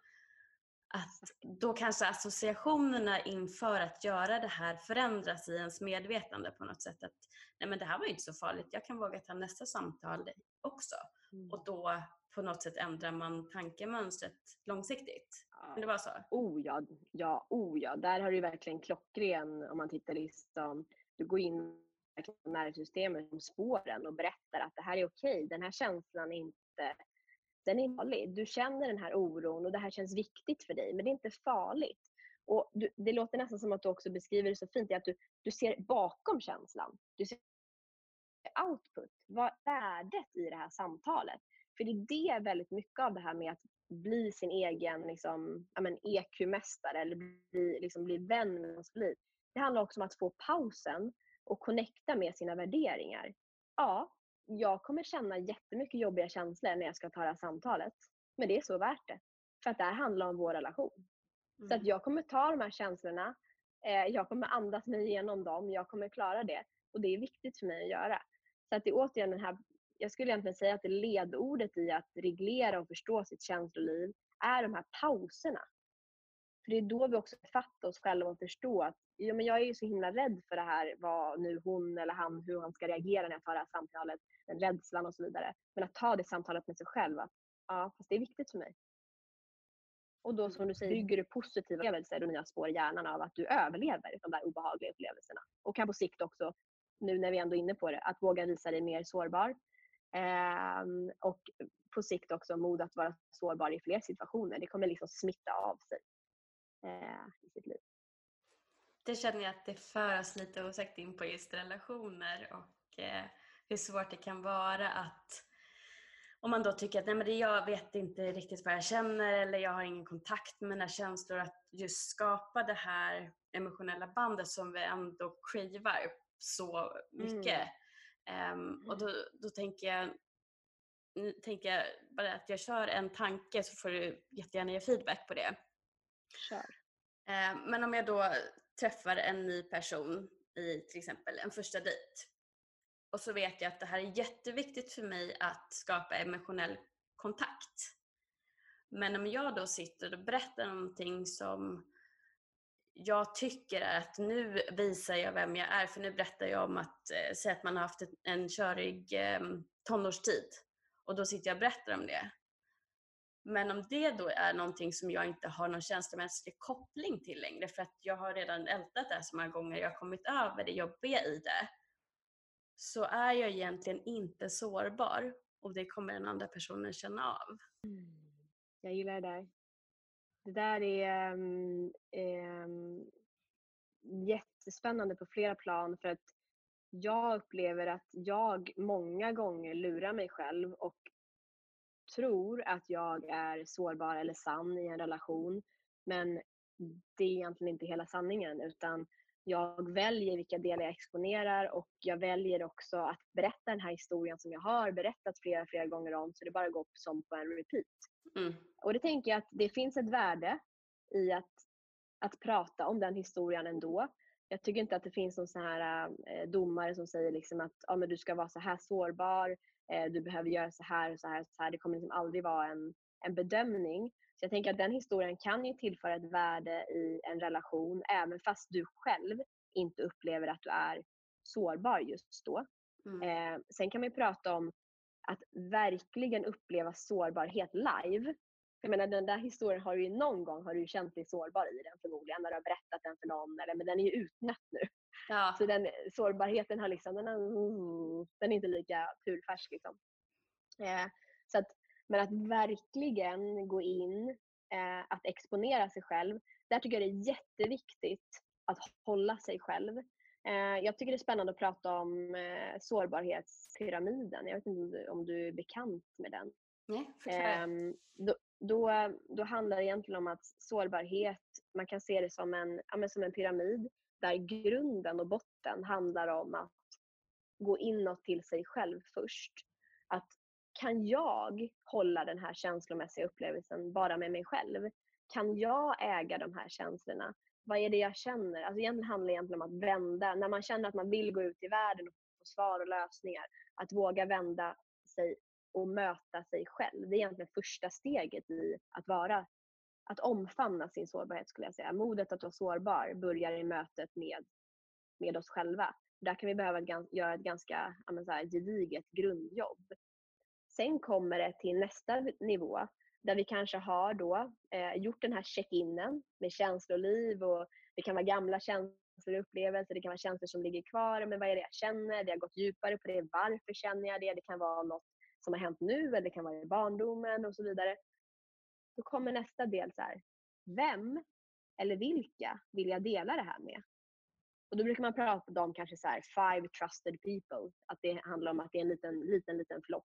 Speaker 1: Att då kanske associationerna inför att göra det här förändras i ens medvetande på något sätt. Att nej, men det här var inte så farligt, jag kan våga ta nästa samtal också. Mm. Och då på något sätt ändrar man tankemönstret långsiktigt.
Speaker 2: Ja.
Speaker 1: Men det var så?
Speaker 2: Oh ja, ja, oh ja. Där har du verkligen klockren, om man tittar liksom, du går in i nervsystemet om spåren och berättar att det här är okej, den här känslan är inte den är farlig. Du känner den här oron och det här känns viktigt för dig, men det är inte farligt. Och du, det låter nästan som att du också beskriver det så fint, att du, du ser bakom känslan. Du ser output. Vad är värdet i det här samtalet? För det är det väldigt mycket av det här med att bli sin egen liksom, ja men, E Q-mästare eller bli, liksom, bli vän med ens liv. Det handlar också om att få pausen och connecta med sina värderingar. Ja, jag kommer känna jättemycket jobbiga känslor när jag ska ta det här samtalet. Men det är så värt det. För att det här handlar om vår relation. Mm. Så att jag kommer ta de här känslorna. Eh, jag kommer andas mig igenom dem. Jag kommer klara det. Och det är viktigt för mig att göra. Så att det är återigen den här, jag skulle egentligen säga att det ledordet i att reglera och förstå sitt känsloliv är de här pauserna. För det är då vi också fattar oss själva och förstår att ja, men jag är ju så himla rädd för det här, vad nu hon eller han, hur han ska reagera när jag tar det här samtalet, den rädslan och så vidare. Men att ta det samtalet med sig själv, att ja, fast det är viktigt för mig. Och då som du säger, bygger du positiva upplevelser och nya spår i hjärnan av att du överlever de där obehagliga upplevelserna. Och kan på sikt också, nu när vi ändå är inne på det, att våga visa dig mer sårbar. Eh, och på sikt också mod att vara sårbar i fler situationer. Det kommer liksom smitta av sig eh, i sitt liv.
Speaker 1: Det känner jag att det för oss lite osökt in på just relationer och eh, hur svårt det kan vara att om man då tycker att nej, men det, jag vet inte riktigt vad jag känner eller jag har ingen kontakt med mina känslor, att just skapa det här emotionella bandet som vi ändå cravar så mycket. Mm. Um, och då, då tänker jag nu tänker jag bara att jag kör en tanke så får du jättegärna ge feedback på det.
Speaker 2: Kör.
Speaker 1: Uh, men om jag då träffar en ny person i till exempel en första dejt. Och så vet jag att det här är jätteviktigt för mig att skapa emotionell kontakt. Men om jag då sitter och berättar någonting som jag tycker är att nu visar jag vem jag är. För nu berättar jag om att, eh, säga att man har haft en körig eh, tonårstid. Och då sitter jag och berättar om det. Men om det då är någonting som jag inte har någon känslomässig koppling till längre. För att jag har redan ältat det här så många gånger. Jag har kommit över det jobbiga i det. Så är jag egentligen inte sårbar. Och det kommer den andra personen känna av.
Speaker 2: Mm. Jag gillar det där. Det där är um, um, jättespännande på flera plan. För att jag upplever att jag många gånger lurar mig själv. Och tror att jag är sårbar eller sann i en relation. Men det är egentligen inte hela sanningen. Utan jag väljer vilka delar jag exponerar och jag väljer också att berätta den här historien som jag har berättat flera, flera gånger om, så det bara går som på en repeat.
Speaker 1: Mm.
Speaker 2: Och det tänker jag att det finns ett värde i att, att prata om den historien ändå. Jag tycker inte att det finns någon sån här eh, domare som säger liksom att ja, men du ska vara så här sårbar, eh, du behöver göra så här och så här och så här. Det kommer liksom aldrig vara en, en bedömning. Så jag tänker att den historien kan ju tillföra ett värde i en relation även fast du själv inte upplever att du är sårbar just då.
Speaker 1: Mm.
Speaker 2: Eh, sen kan man ju prata om att verkligen uppleva sårbarhet live. Jag menar, den där historien har du ju någon gång har du känt dig sårbar i den förmodligen när du har berättat den för någon, eller, men den är ju utnött nu.
Speaker 1: Ja.
Speaker 2: Så den sårbarheten har liksom, den, är, den är inte lika purfärsk liksom. Eh, så att, men att verkligen gå in, eh, att exponera sig själv, där tycker jag det är jätteviktigt att hålla sig själv. Eh, jag tycker det är spännande att prata om eh, sårbarhetspyramiden. Jag vet inte om du, om du är bekant med den.
Speaker 1: Nej, förklara.
Speaker 2: Eh, då, då, då handlar det egentligen om att sårbarhet, man kan se det som en, ja, men som en pyramid där grunden och botten handlar om att gå inåt till sig själv först. Att kan jag hålla den här känslomässiga upplevelsen bara med mig själv? Kan jag äga de här känslorna? Vad är det jag känner? Alltså egentligen handlar det egentligen om att vända. När man känner att man vill gå ut i världen och få svar och lösningar. Att våga vända sig och möta sig själv. Det är egentligen första steget i att vara, att omfamna sin sårbarhet skulle jag säga. Modet att vara sårbar börjar i mötet med, med oss själva. Där kan vi behöva ett, göra ett ganska ja, men så här, gediget grundjobb. Sen kommer det till nästa nivå där vi kanske har då eh, gjort den här check-inen med känsloliv, och det kan vara gamla känslor och upplevelser, det kan vara känslor som ligger kvar, men vad är det jag känner? Det har gått djupare på det, varför känner jag det? Det kan vara något som har hänt nu eller det kan vara i barndomen och så vidare. Då kommer nästa del så här, vem eller vilka vill jag dela det här med? Och då brukar man prata om kanske så här five trusted people, att det handlar om att det är en liten, liten, liten flock.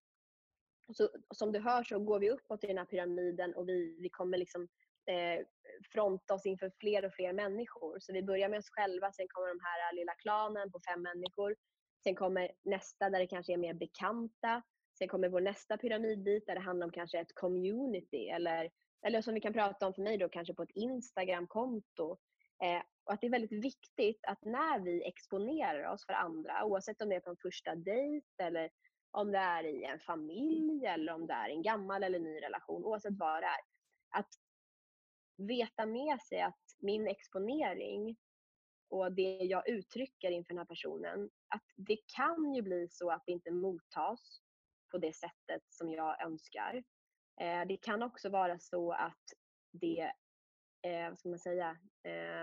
Speaker 2: Så, som du hör så går vi uppåt i den här pyramiden och vi, vi kommer liksom eh, fronta oss inför fler och fler människor. Så vi börjar med oss själva, sen kommer de här lilla klanen på fem människor. Sen kommer nästa där det kanske är mer bekanta. Sen kommer vår nästa pyramidbit där det handlar om kanske ett community. Eller, eller som vi kan prata om för mig då kanske på ett Instagram-konto. Eh, och att det är väldigt viktigt att när vi exponerar oss för andra, oavsett om det är på en första dejt eller om det är i en familj eller om det är en gammal eller ny relation, oavsett vad det är. Att veta med sig att min exponering och det jag uttrycker inför den här personen, att det kan ju bli så att det inte mottas på det sättet som jag önskar. Eh, det kan också vara så att det, eh, vad ska man säga, eh,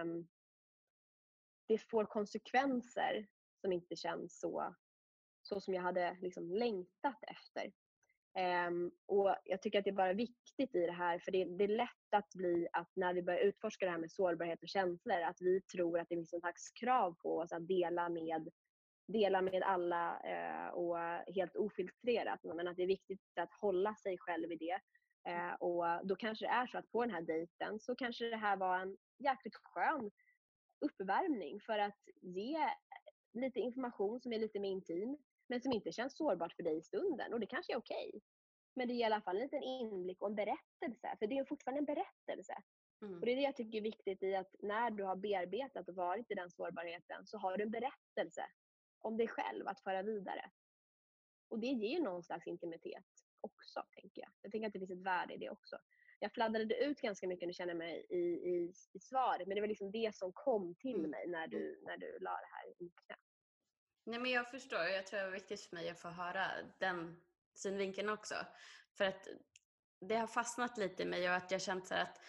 Speaker 2: det får konsekvenser som inte känns så så som jag hade liksom längtat efter. Um, och jag tycker att det är bara viktigt i det här, för det, det är lätt att bli att när vi börjar utforska det här med sårbarhet och känslor, att vi tror att det finns en slags krav på oss att dela med, dela med alla uh, och helt ofiltrerat, men att det är viktigt att hålla sig själv i det. Uh, och då kanske det är så att på den här dejten så kanske det här var en jäkligt skön uppvärmning för att ge lite information som är lite mer intim, men som inte känns sårbart för dig i stunden. Och det kanske är okej. Okay. Men det är i alla fall en liten inblick och en berättelse. För det är fortfarande en berättelse. Mm. Och det är det jag tycker är viktigt i att när du har bearbetat och varit i den sårbarheten, så har du en berättelse om dig själv att föra vidare. Och det ger ju någon slags intimitet också, tänker jag. Jag tänker att det finns ett värde i det också. Jag fladdrade ut ganska mycket, nu känner jag mig i, i, i svaret. Men det var liksom det som kom till mm. mig när du, när du la det här i knä.
Speaker 1: Nej, men jag förstår. Jag tror det är viktigt för mig att få höra den synvinkeln också. För att det har fastnat lite i mig och att jag känt så här att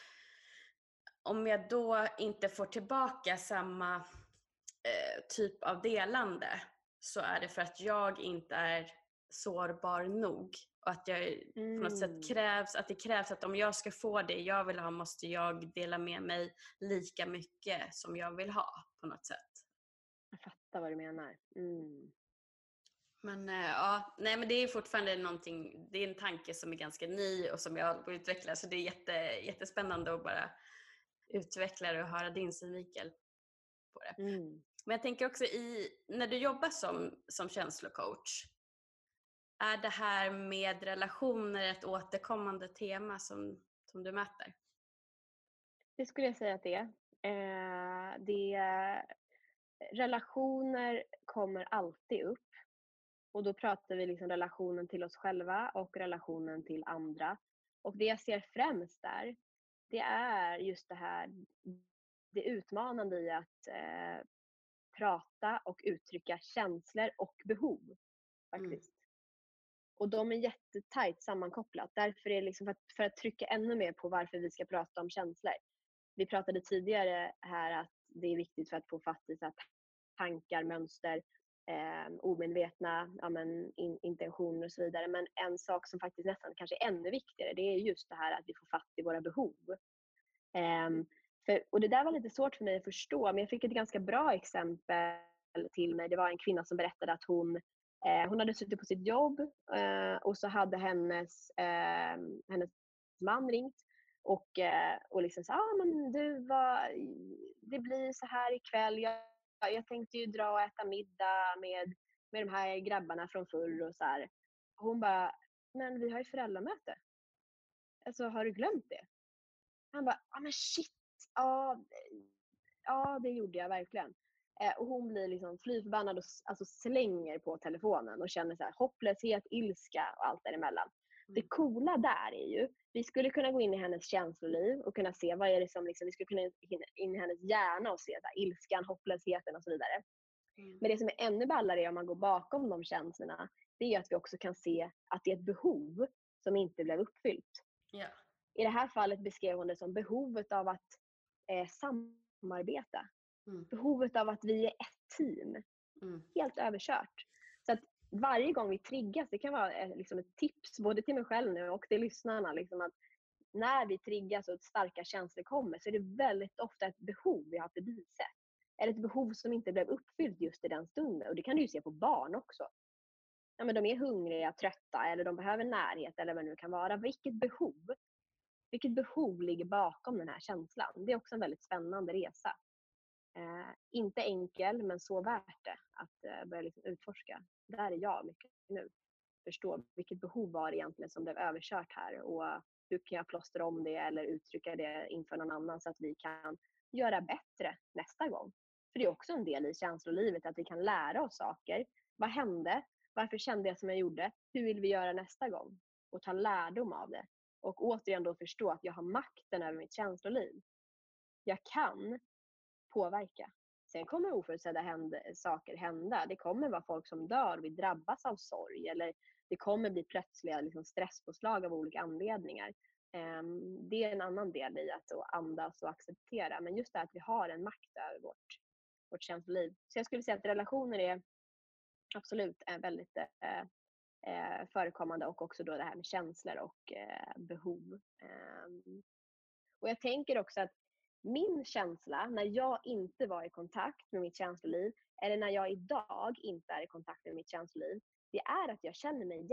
Speaker 1: om jag då inte får tillbaka samma eh, typ av delande, så är det för att jag inte är sårbar nog. Och att jag mm. på något sätt krävs, att det krävs att om jag ska få det jag vill ha, måste jag dela med mig lika mycket som jag vill ha på något sätt.
Speaker 2: Jag fattar vad du menar. Mm.
Speaker 1: Men äh, ja, nej men det är fortfarande någonting, det är en tanke som är ganska ny och som jag håller på att utveckla, så det är jätte, jättespännande att bara utveckla det och höra din synvinkel på det.
Speaker 2: Mm.
Speaker 1: Men jag tänker också i, när du jobbar som, som känslocoach, är det här med relationer ett återkommande tema som, som du möter?
Speaker 2: Det skulle jag säga att det är. Eh, det, relationer kommer alltid upp. Och då pratar vi liksom relationen till oss själva och relationen till andra. Och det jag ser främst där, det är just det här, det utmanande i att eh, prata och uttrycka känslor och behov
Speaker 1: Mm.
Speaker 2: faktiskt. Och de är jättetajt sammankopplat. Därför är det liksom för att, för att trycka ännu mer på varför vi ska prata om känslor. Vi pratade tidigare här att det är viktigt för att få fatt i så här tankar, mönster, eh, omedvetna ja, men in, intentioner och så vidare. Men en sak som faktiskt nästan kanske är ännu viktigare, det är just det här att vi får fatt i våra behov. Eh, för, och det där var lite svårt för mig att förstå, men jag fick ett ganska bra exempel till mig. Det var en kvinna som berättade att hon, eh, hon hade suttit på sitt jobb eh, och så hade hennes, eh, hennes man ringt och, eh, och liksom sa, ah, men du, vad, det blir så här ikväll, jag, jag tänkte ju dra och äta middag med, med de här grabbarna från förr och så här. Hon bara, men vi har ju föräldramöte. Alltså, har du glömt det? Han bara, ja ah, men shit, ja, ja det gjorde jag verkligen. Eh, och hon blir liksom fly förbannad och alltså slänger på telefonen och känner så här hopplöshet, ilska och allt däremellan. Mm. Det coola där är ju, vi skulle kunna gå in i hennes känsloliv och kunna se vad är det som liksom, vi skulle kunna in i hennes hjärna och se så här, ilskan, hopplösheten och så vidare. Mm. Men det som är ännu ballare är om man går bakom de känslorna, det är att vi också kan se att det är ett behov som inte blev uppfyllt.
Speaker 1: Yeah.
Speaker 2: I det här fallet beskrev hon det som behovet av att eh, samarbeta. Mm. Behovet av att vi är ett team. Mm. Helt överkört. Så att varje gång vi triggas, det kan vara eh, liksom ett tips både till mig själv nu och till lyssnarna. Liksom att när vi triggas och ett starka känslor kommer så är det väldigt ofta ett behov vi har förbisett. Eller ett behov som inte blev uppfyllt just i den stunden. Och det kan du ju se på barn också. Ja, men de är hungriga, trötta eller de behöver närhet eller vad det nu kan vara. Vilket behov? Vilket behov ligger bakom den här känslan? Det är också en väldigt spännande resa. Eh, inte enkel, men så värt det att eh, börja liksom utforska. Där är jag mycket nu. Förstå vilket behov var det egentligen som blev överkört här och hur kan jag plåstra om det eller uttrycka det inför någon annan så att vi kan göra bättre nästa gång. För det är också en del i känslolivet att vi kan lära oss saker. Vad hände? Varför kände jag som jag gjorde? Hur vill vi göra nästa gång? Och ta lärdom av det. Och återigen då förstå att jag har makten över mitt känsloliv. Jag kan påverka. Sen kommer oförutsedda hända, saker hända. Det kommer vara folk som dör, vi drabbas av sorg. Eller det kommer bli plötsliga liksom, stresspåslag av olika anledningar. Um, det är en annan del i att andas och acceptera. Men just det att vi har en makt över vårt, vårt känsloliv. Så jag skulle säga att relationer är absolut är väldigt eh, eh, förekommande och också då det här med känslor och eh, behov. Um, och jag tänker också att min känsla när jag inte var i kontakt med mitt känsloliv eller när jag idag inte är i kontakt med mitt känsloliv, det är att jag känner mig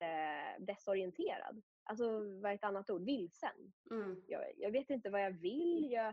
Speaker 2: jättedesorienterad. Alltså vad är ett annat ord? Vilsen. Mm. Jag, jag vet inte vad jag vill. Jag,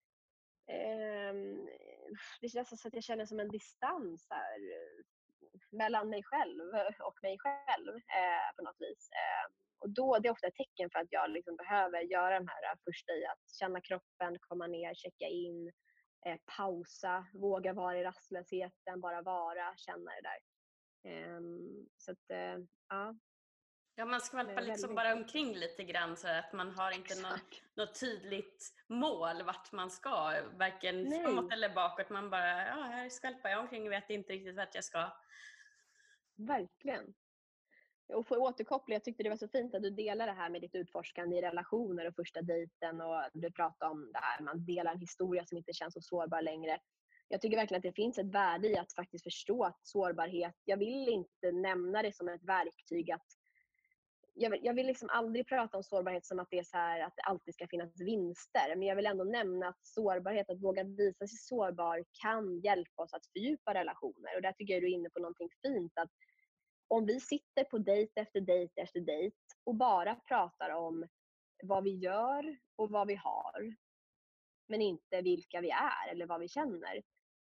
Speaker 2: eh, det känns som att jag känner som en distans här, mellan mig själv och mig själv eh, på något vis. Eh, och då det är ofta ett tecken för att jag liksom behöver göra de här första i att känna kroppen, komma ner, checka in, eh, pausa, våga vara i rastlösheten, bara vara, känna det där. Eh, så att, eh, ja.
Speaker 1: Ja, man skvalpar liksom bara omkring lite grann så att man har inte någon, något tydligt mål vart man ska, varken Nej. framåt eller bakåt. Man bara, ja, här skvalpar jag omkring och vet inte riktigt vart jag ska.
Speaker 2: Verkligen. Och för återkoppla, jag tyckte det var så fint att du delar det här med ditt utforskande i relationer och första dejten och du pratar om det här, man delar en historia som inte känns så sårbar längre. Jag tycker verkligen att det finns ett värde i att faktiskt förstå att sårbarhet, jag vill inte nämna det som ett verktyg att jag vill, jag vill liksom aldrig prata om sårbarhet som att det är så här att det alltid ska finnas vinster. Men jag vill ändå nämna att sårbarhet, att våga visa sig sårbar kan hjälpa oss att fördjupa relationer. Och där tycker jag du är inne på någonting fint. Att om vi sitter på dejt efter dejt efter dejt och bara pratar om vad vi gör och vad vi har. Men inte vilka vi är eller vad vi känner.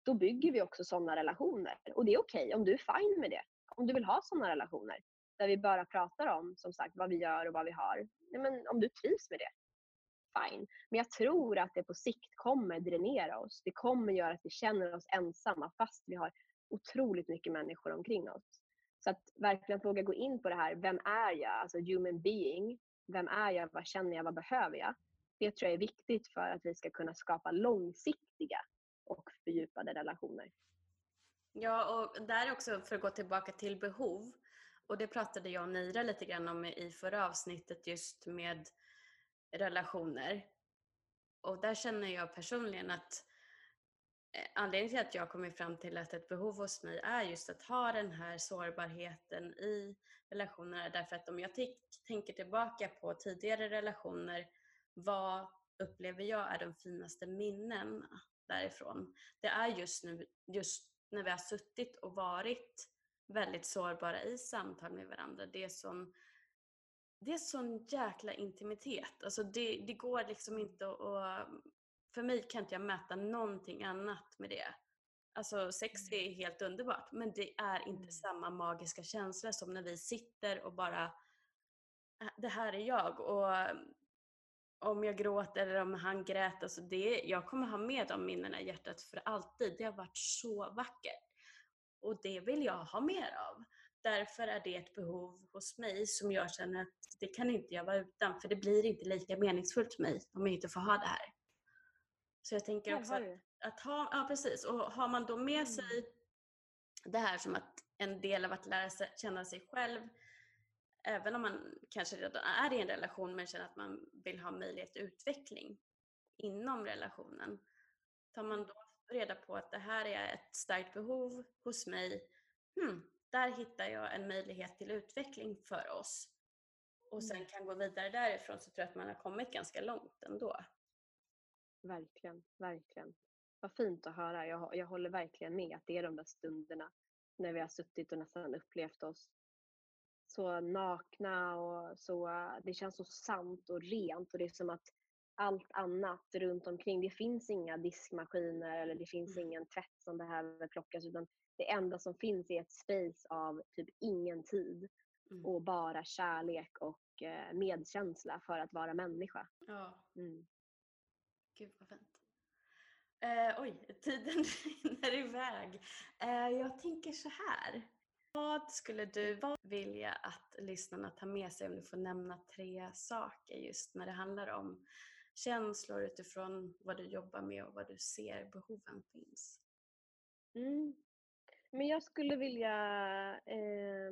Speaker 2: då bygger vi också sådana relationer. Och det är okej om du är fine med det. Om du vill ha sådana relationer där vi bara pratar om, som sagt, vad vi gör och vad vi har. Nej, men om du trivs med det, fine. Men jag tror att det på sikt kommer dränera oss. Det kommer göra att vi känner oss ensamma fast vi har otroligt mycket människor omkring oss. Så att verkligen våga gå in på det här, vem är jag? Alltså human being. Vem är jag? Vad känner jag? Vad behöver jag? Det tror jag är viktigt för att vi ska kunna skapa långsiktiga och fördjupade relationer.
Speaker 1: Ja, och där också för att gå tillbaka till behov. Och det pratade jag och Neira lite grann om i förra avsnittet just med relationer. Och där känner jag personligen att anledningen till att jag kommer fram till att ett behov hos mig är just att ha den här sårbarheten i relationerna. Därför att om jag t- tänker tillbaka på tidigare relationer, vad upplever jag är de finaste minnen därifrån? Det är just nu, just när vi har suttit och varit väldigt sårbara i samtal med varandra. Det är sån, det är sån jäkla intimitet. Alltså det, det går liksom inte att, att... För mig kan inte jag mäta någonting annat med det. Alltså sex är helt underbart, men det är inte mm. samma magiska känsla som när vi sitter och bara, det här är jag. Och om jag gråter eller om han grät, alltså det, jag kommer ha med de minnena i hjärtat för alltid. Det har varit så vackert. Och det vill jag ha mer av. Därför är det ett behov hos mig som jag känner att det kan inte jag vara utan. För det blir inte lika meningsfullt för mig om jag inte får ha det här. Så jag tänker också att, att ha, ja precis, och har man då med sig det här som att en del av att lära sig känna sig själv, även om man kanske redan är i en relation men känner att man vill ha möjlighet till utveckling inom relationen, tar man då reda på att det här är ett starkt behov hos mig, hmm, där hittar jag en möjlighet till utveckling för oss och sen kan gå vidare därifrån, så tror jag att man har kommit ganska långt ändå.
Speaker 2: Verkligen, verkligen. Vad fint att höra. Jag, jag håller verkligen med att det är de där stunderna när vi har suttit och nästan upplevt oss så nakna och så, det känns så sant och rent, och det är som att allt annat runt omkring, det finns inga diskmaskiner eller det finns mm. ingen tvätt som behöver plockas, utan det enda som finns är ett space av typ ingen tid mm. och bara kärlek och eh, medkänsla för att vara människa.
Speaker 1: Ja.
Speaker 2: Mm.
Speaker 1: Gud vad fint. Eh, oj, tiden rinner iväg. Eh, jag tänker så här. Vad skulle du vilja att lyssnarna tar med sig om du får nämna tre saker just när det handlar om känslor utifrån vad du jobbar med och vad du ser behoven finns?
Speaker 2: Mm. Men jag skulle vilja... Eh,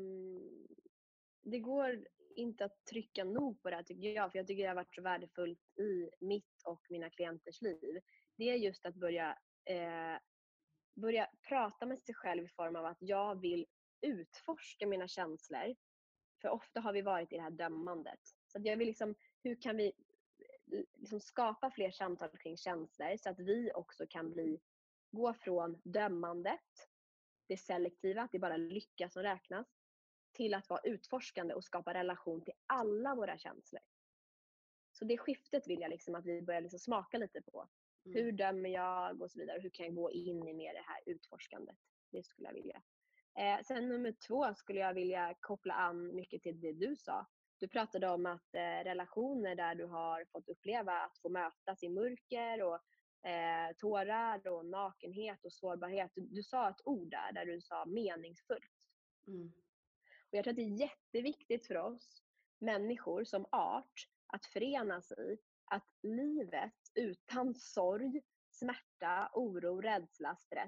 Speaker 2: det går inte att trycka nog på det här, tycker jag, för jag tycker det har varit så värdefullt i mitt och mina klienters liv. Det är just att börja, eh, börja prata med sig själv i form av att jag vill utforska mina känslor. För ofta har vi varit i det här dömandet. Så att jag vill liksom, hur kan vi liksom skapa fler samtal kring känslor så att vi också kan bli, gå från dömandet, det selektiva, att det är bara lycka som räknas, till att vara utforskande och skapa relation till alla våra känslor. Så det skiftet vill jag liksom att vi börjar liksom smaka lite på. Mm. Hur dömer jag och så vidare. Hur kan jag gå in i mer det här utforskandet. Det skulle jag vilja. Eh, sen nummer två skulle jag vilja koppla an mycket till det du sa. Du pratade om att eh, relationer där du har fått uppleva att få mötas i mörker och eh, tårar och nakenhet och sårbarhet. Du, du sa ett ord där, där du sa meningsfullt.
Speaker 1: Mm.
Speaker 2: Och jag tror att det är jätteviktigt för oss människor som art att förenas i att livet utan sorg, smärta, oro, rädsla, stress,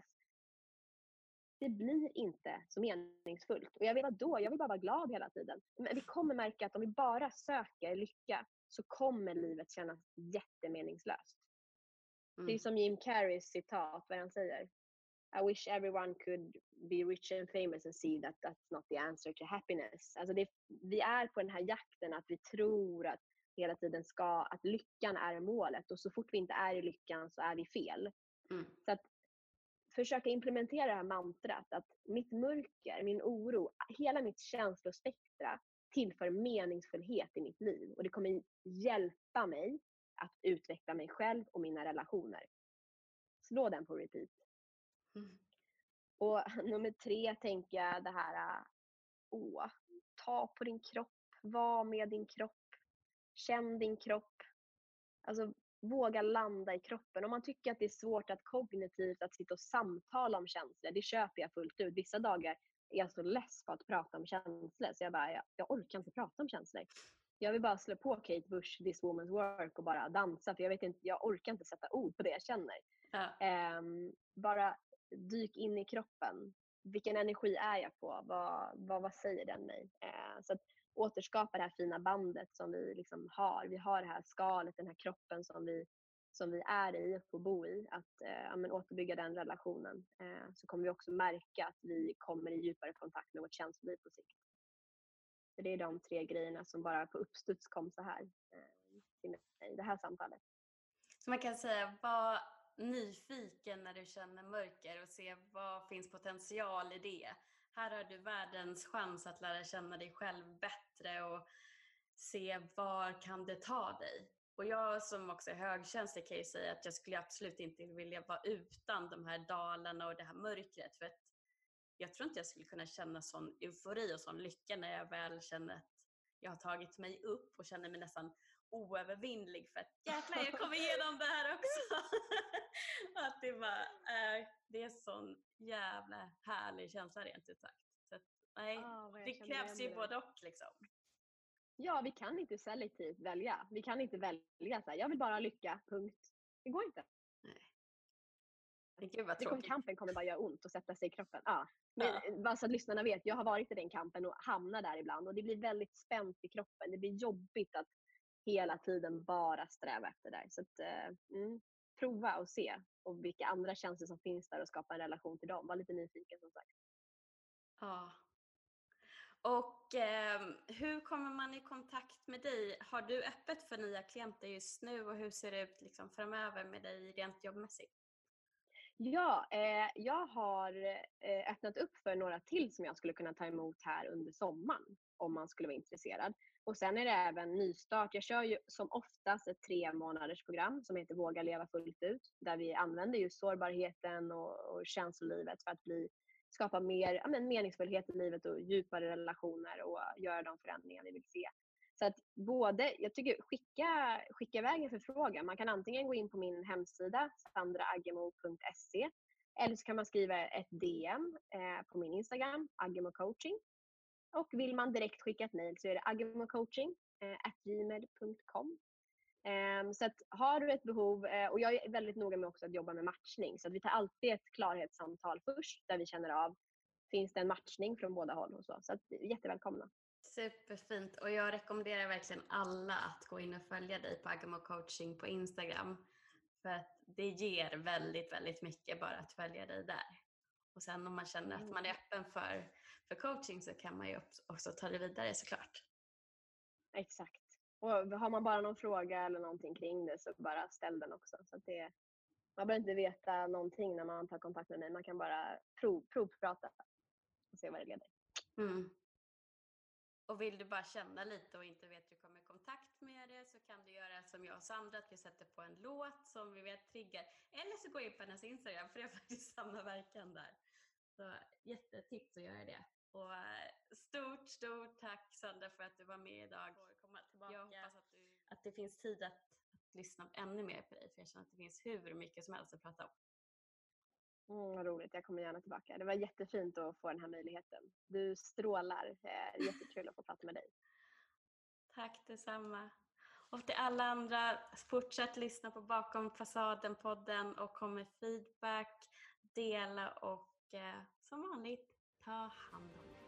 Speaker 2: det blir inte så meningsfullt. Och jag vet vad då, jag vill bara vara glad hela tiden. Men vi kommer märka att om vi bara söker lycka så kommer livet kännas jättemeningslöst. Mm. Det är som Jim Carreys citat, vad han säger. I wish everyone could be rich and famous and see that that's not the answer to happiness. Alltså det, vi är på den här jakten att vi tror att hela tiden ska, att lyckan är målet. Och så fort vi inte är i lyckan så är vi fel. Mm. Så att försöka implementera det här mantrat att mitt mörker, min oro, hela mitt känslospektra tillför meningsfullhet i mitt liv. Och det kommer hjälpa mig att utveckla mig själv och mina relationer. Slå den på repeat.
Speaker 1: Mm.
Speaker 2: Och nummer tre tänker jag det här, åh, ta på din kropp, var med din kropp, känn din kropp. Alltså våga landa i kroppen. Om man tycker att det är svårt att kognitivt att sitta och samtala om känslor, det köper jag fullt ut. Vissa dagar är jag så less på att prata om känslor så jag bara, jag, jag orkar inte prata om känslor. Jag vill bara slå på Kate Bush, This Woman's Work och bara dansa för jag vet inte, jag orkar inte sätta ord på det jag känner.
Speaker 1: Ja.
Speaker 2: Um, bara dyk in i kroppen. Vilken energi är jag på? Vad, vad, vad säger den mig? Uh, så att återskapa det här fina bandet som vi liksom har. Vi har det här skalet, den här kroppen som vi, som vi är i och får bo i. Att uh, men, återbygga den relationen. Uh, så kommer vi också märka att vi kommer i djupare kontakt med vårt känsloliv på sikt. Så det är de tre grejerna som bara på uppstuds kom så här uh, till mig i det här samtalet.
Speaker 1: Så man kan säga, var nyfiken när du känner mörker och se vad finns potential i det. Här har du världens chans att lära känna dig själv bättre och se var kan det ta dig. Och jag som också är högkänslig kan ju säga att jag skulle absolut inte vilja vara utan de här dalarna och det här mörkret. För att jag tror inte jag skulle kunna känna sån eufori och sån lycka när jag väl känner att jag har tagit mig upp och känner mig nästan oövervinnlig för att jäklar jag kommer igenom det här också. Att det bara är, det är sån jävla härlig känsla rent ut sagt. Så att, nej,
Speaker 2: Ah,
Speaker 1: det krävs ju både och liksom.
Speaker 2: Ja, vi kan inte selektivt välja. Vi kan inte välja så här, jag vill bara ha lycka, punkt. Det går inte.
Speaker 1: Nej. Gud vad
Speaker 2: det kom, kampen kommer bara göra ont och sätta sig i kroppen. Ja. Men ja. Bara så att lyssnarna vet, jag har varit i den kampen och hamnar där ibland. Och det blir väldigt spänt i kroppen. Det blir jobbigt att hela tiden bara sträva efter det. Så att, mm, prova och se. Och vilka andra känslor som finns där och skapa en relation till dem. Var lite nyfiken som sagt.
Speaker 1: Ja. Och eh, hur kommer man i kontakt med dig? Har du öppet för nya klienter just nu och hur ser det ut liksom framöver med dig rent jobbmässigt?
Speaker 2: Ja, eh, jag har eh, öppnat upp för några till som jag skulle kunna ta emot här under sommaren om man skulle vara intresserad. Och sen är det även nystart. Jag kör ju som oftast ett tre månaders program som heter Våga leva fullt ut. Där vi använder just sårbarheten och, och känslolivet för att bli, skapa mer ja, men meningsfullhet i livet och djupare relationer och göra de förändringar vi vill se. Så att både, jag tycker skicka, skicka iväg en förfrågan. Man kan antingen gå in på min hemsida sandra agemo punkt se eller så kan man skriva ett D M eh, på min Instagram, Agemo coaching. Och vill man direkt skicka ett mejl så är det agemocoaching at gmail punkt com. Eh, så att har du ett behov, eh, och jag är väldigt noga med också att jobba med matchning. Så att vi tar alltid ett klarhetssamtal först där vi känner av, finns det en matchning från båda håll och så. Så att jättevälkomna.
Speaker 1: Superfint och jag rekommenderar verkligen alla att gå in och följa dig på Agemo coaching på Instagram för att det ger väldigt, väldigt mycket bara att följa dig där. Och sen om man känner att man är öppen för, för coaching så kan man ju också ta det vidare såklart.
Speaker 2: Exakt. Och har man bara någon fråga eller någonting kring det så bara ställ den också. Så att det, man behöver inte veta någonting när man tar kontakt med mig. Man kan bara prov, provprata och se vad det leder.
Speaker 1: Mm. Och vill du bara känna lite och inte vet hur du kommer i kontakt med det så kan du göra som jag och Sandra, att vi sätter på en låt som vi vet triggar. Eller så gå in på hennes Instagram för det är faktiskt samma verkan där. Så jättetips att göra det. Och stort, stort tack Sandra för att du var med idag. Komma tillbaka. Jag hoppas att, du, att det finns tid att, att lyssna ännu mer på dig för jag känner att det finns hur mycket som helst att prata om.
Speaker 2: Mm, vad roligt, jag kommer gärna tillbaka. Det var jättefint att få den här möjligheten. Du strålar, eh, jättekul att få prata med dig.
Speaker 1: Tack detsamma. Och till alla andra, fortsätt lyssna på Bakom fasaden-podden och kom med feedback, dela och eh, som vanligt, ta hand om er.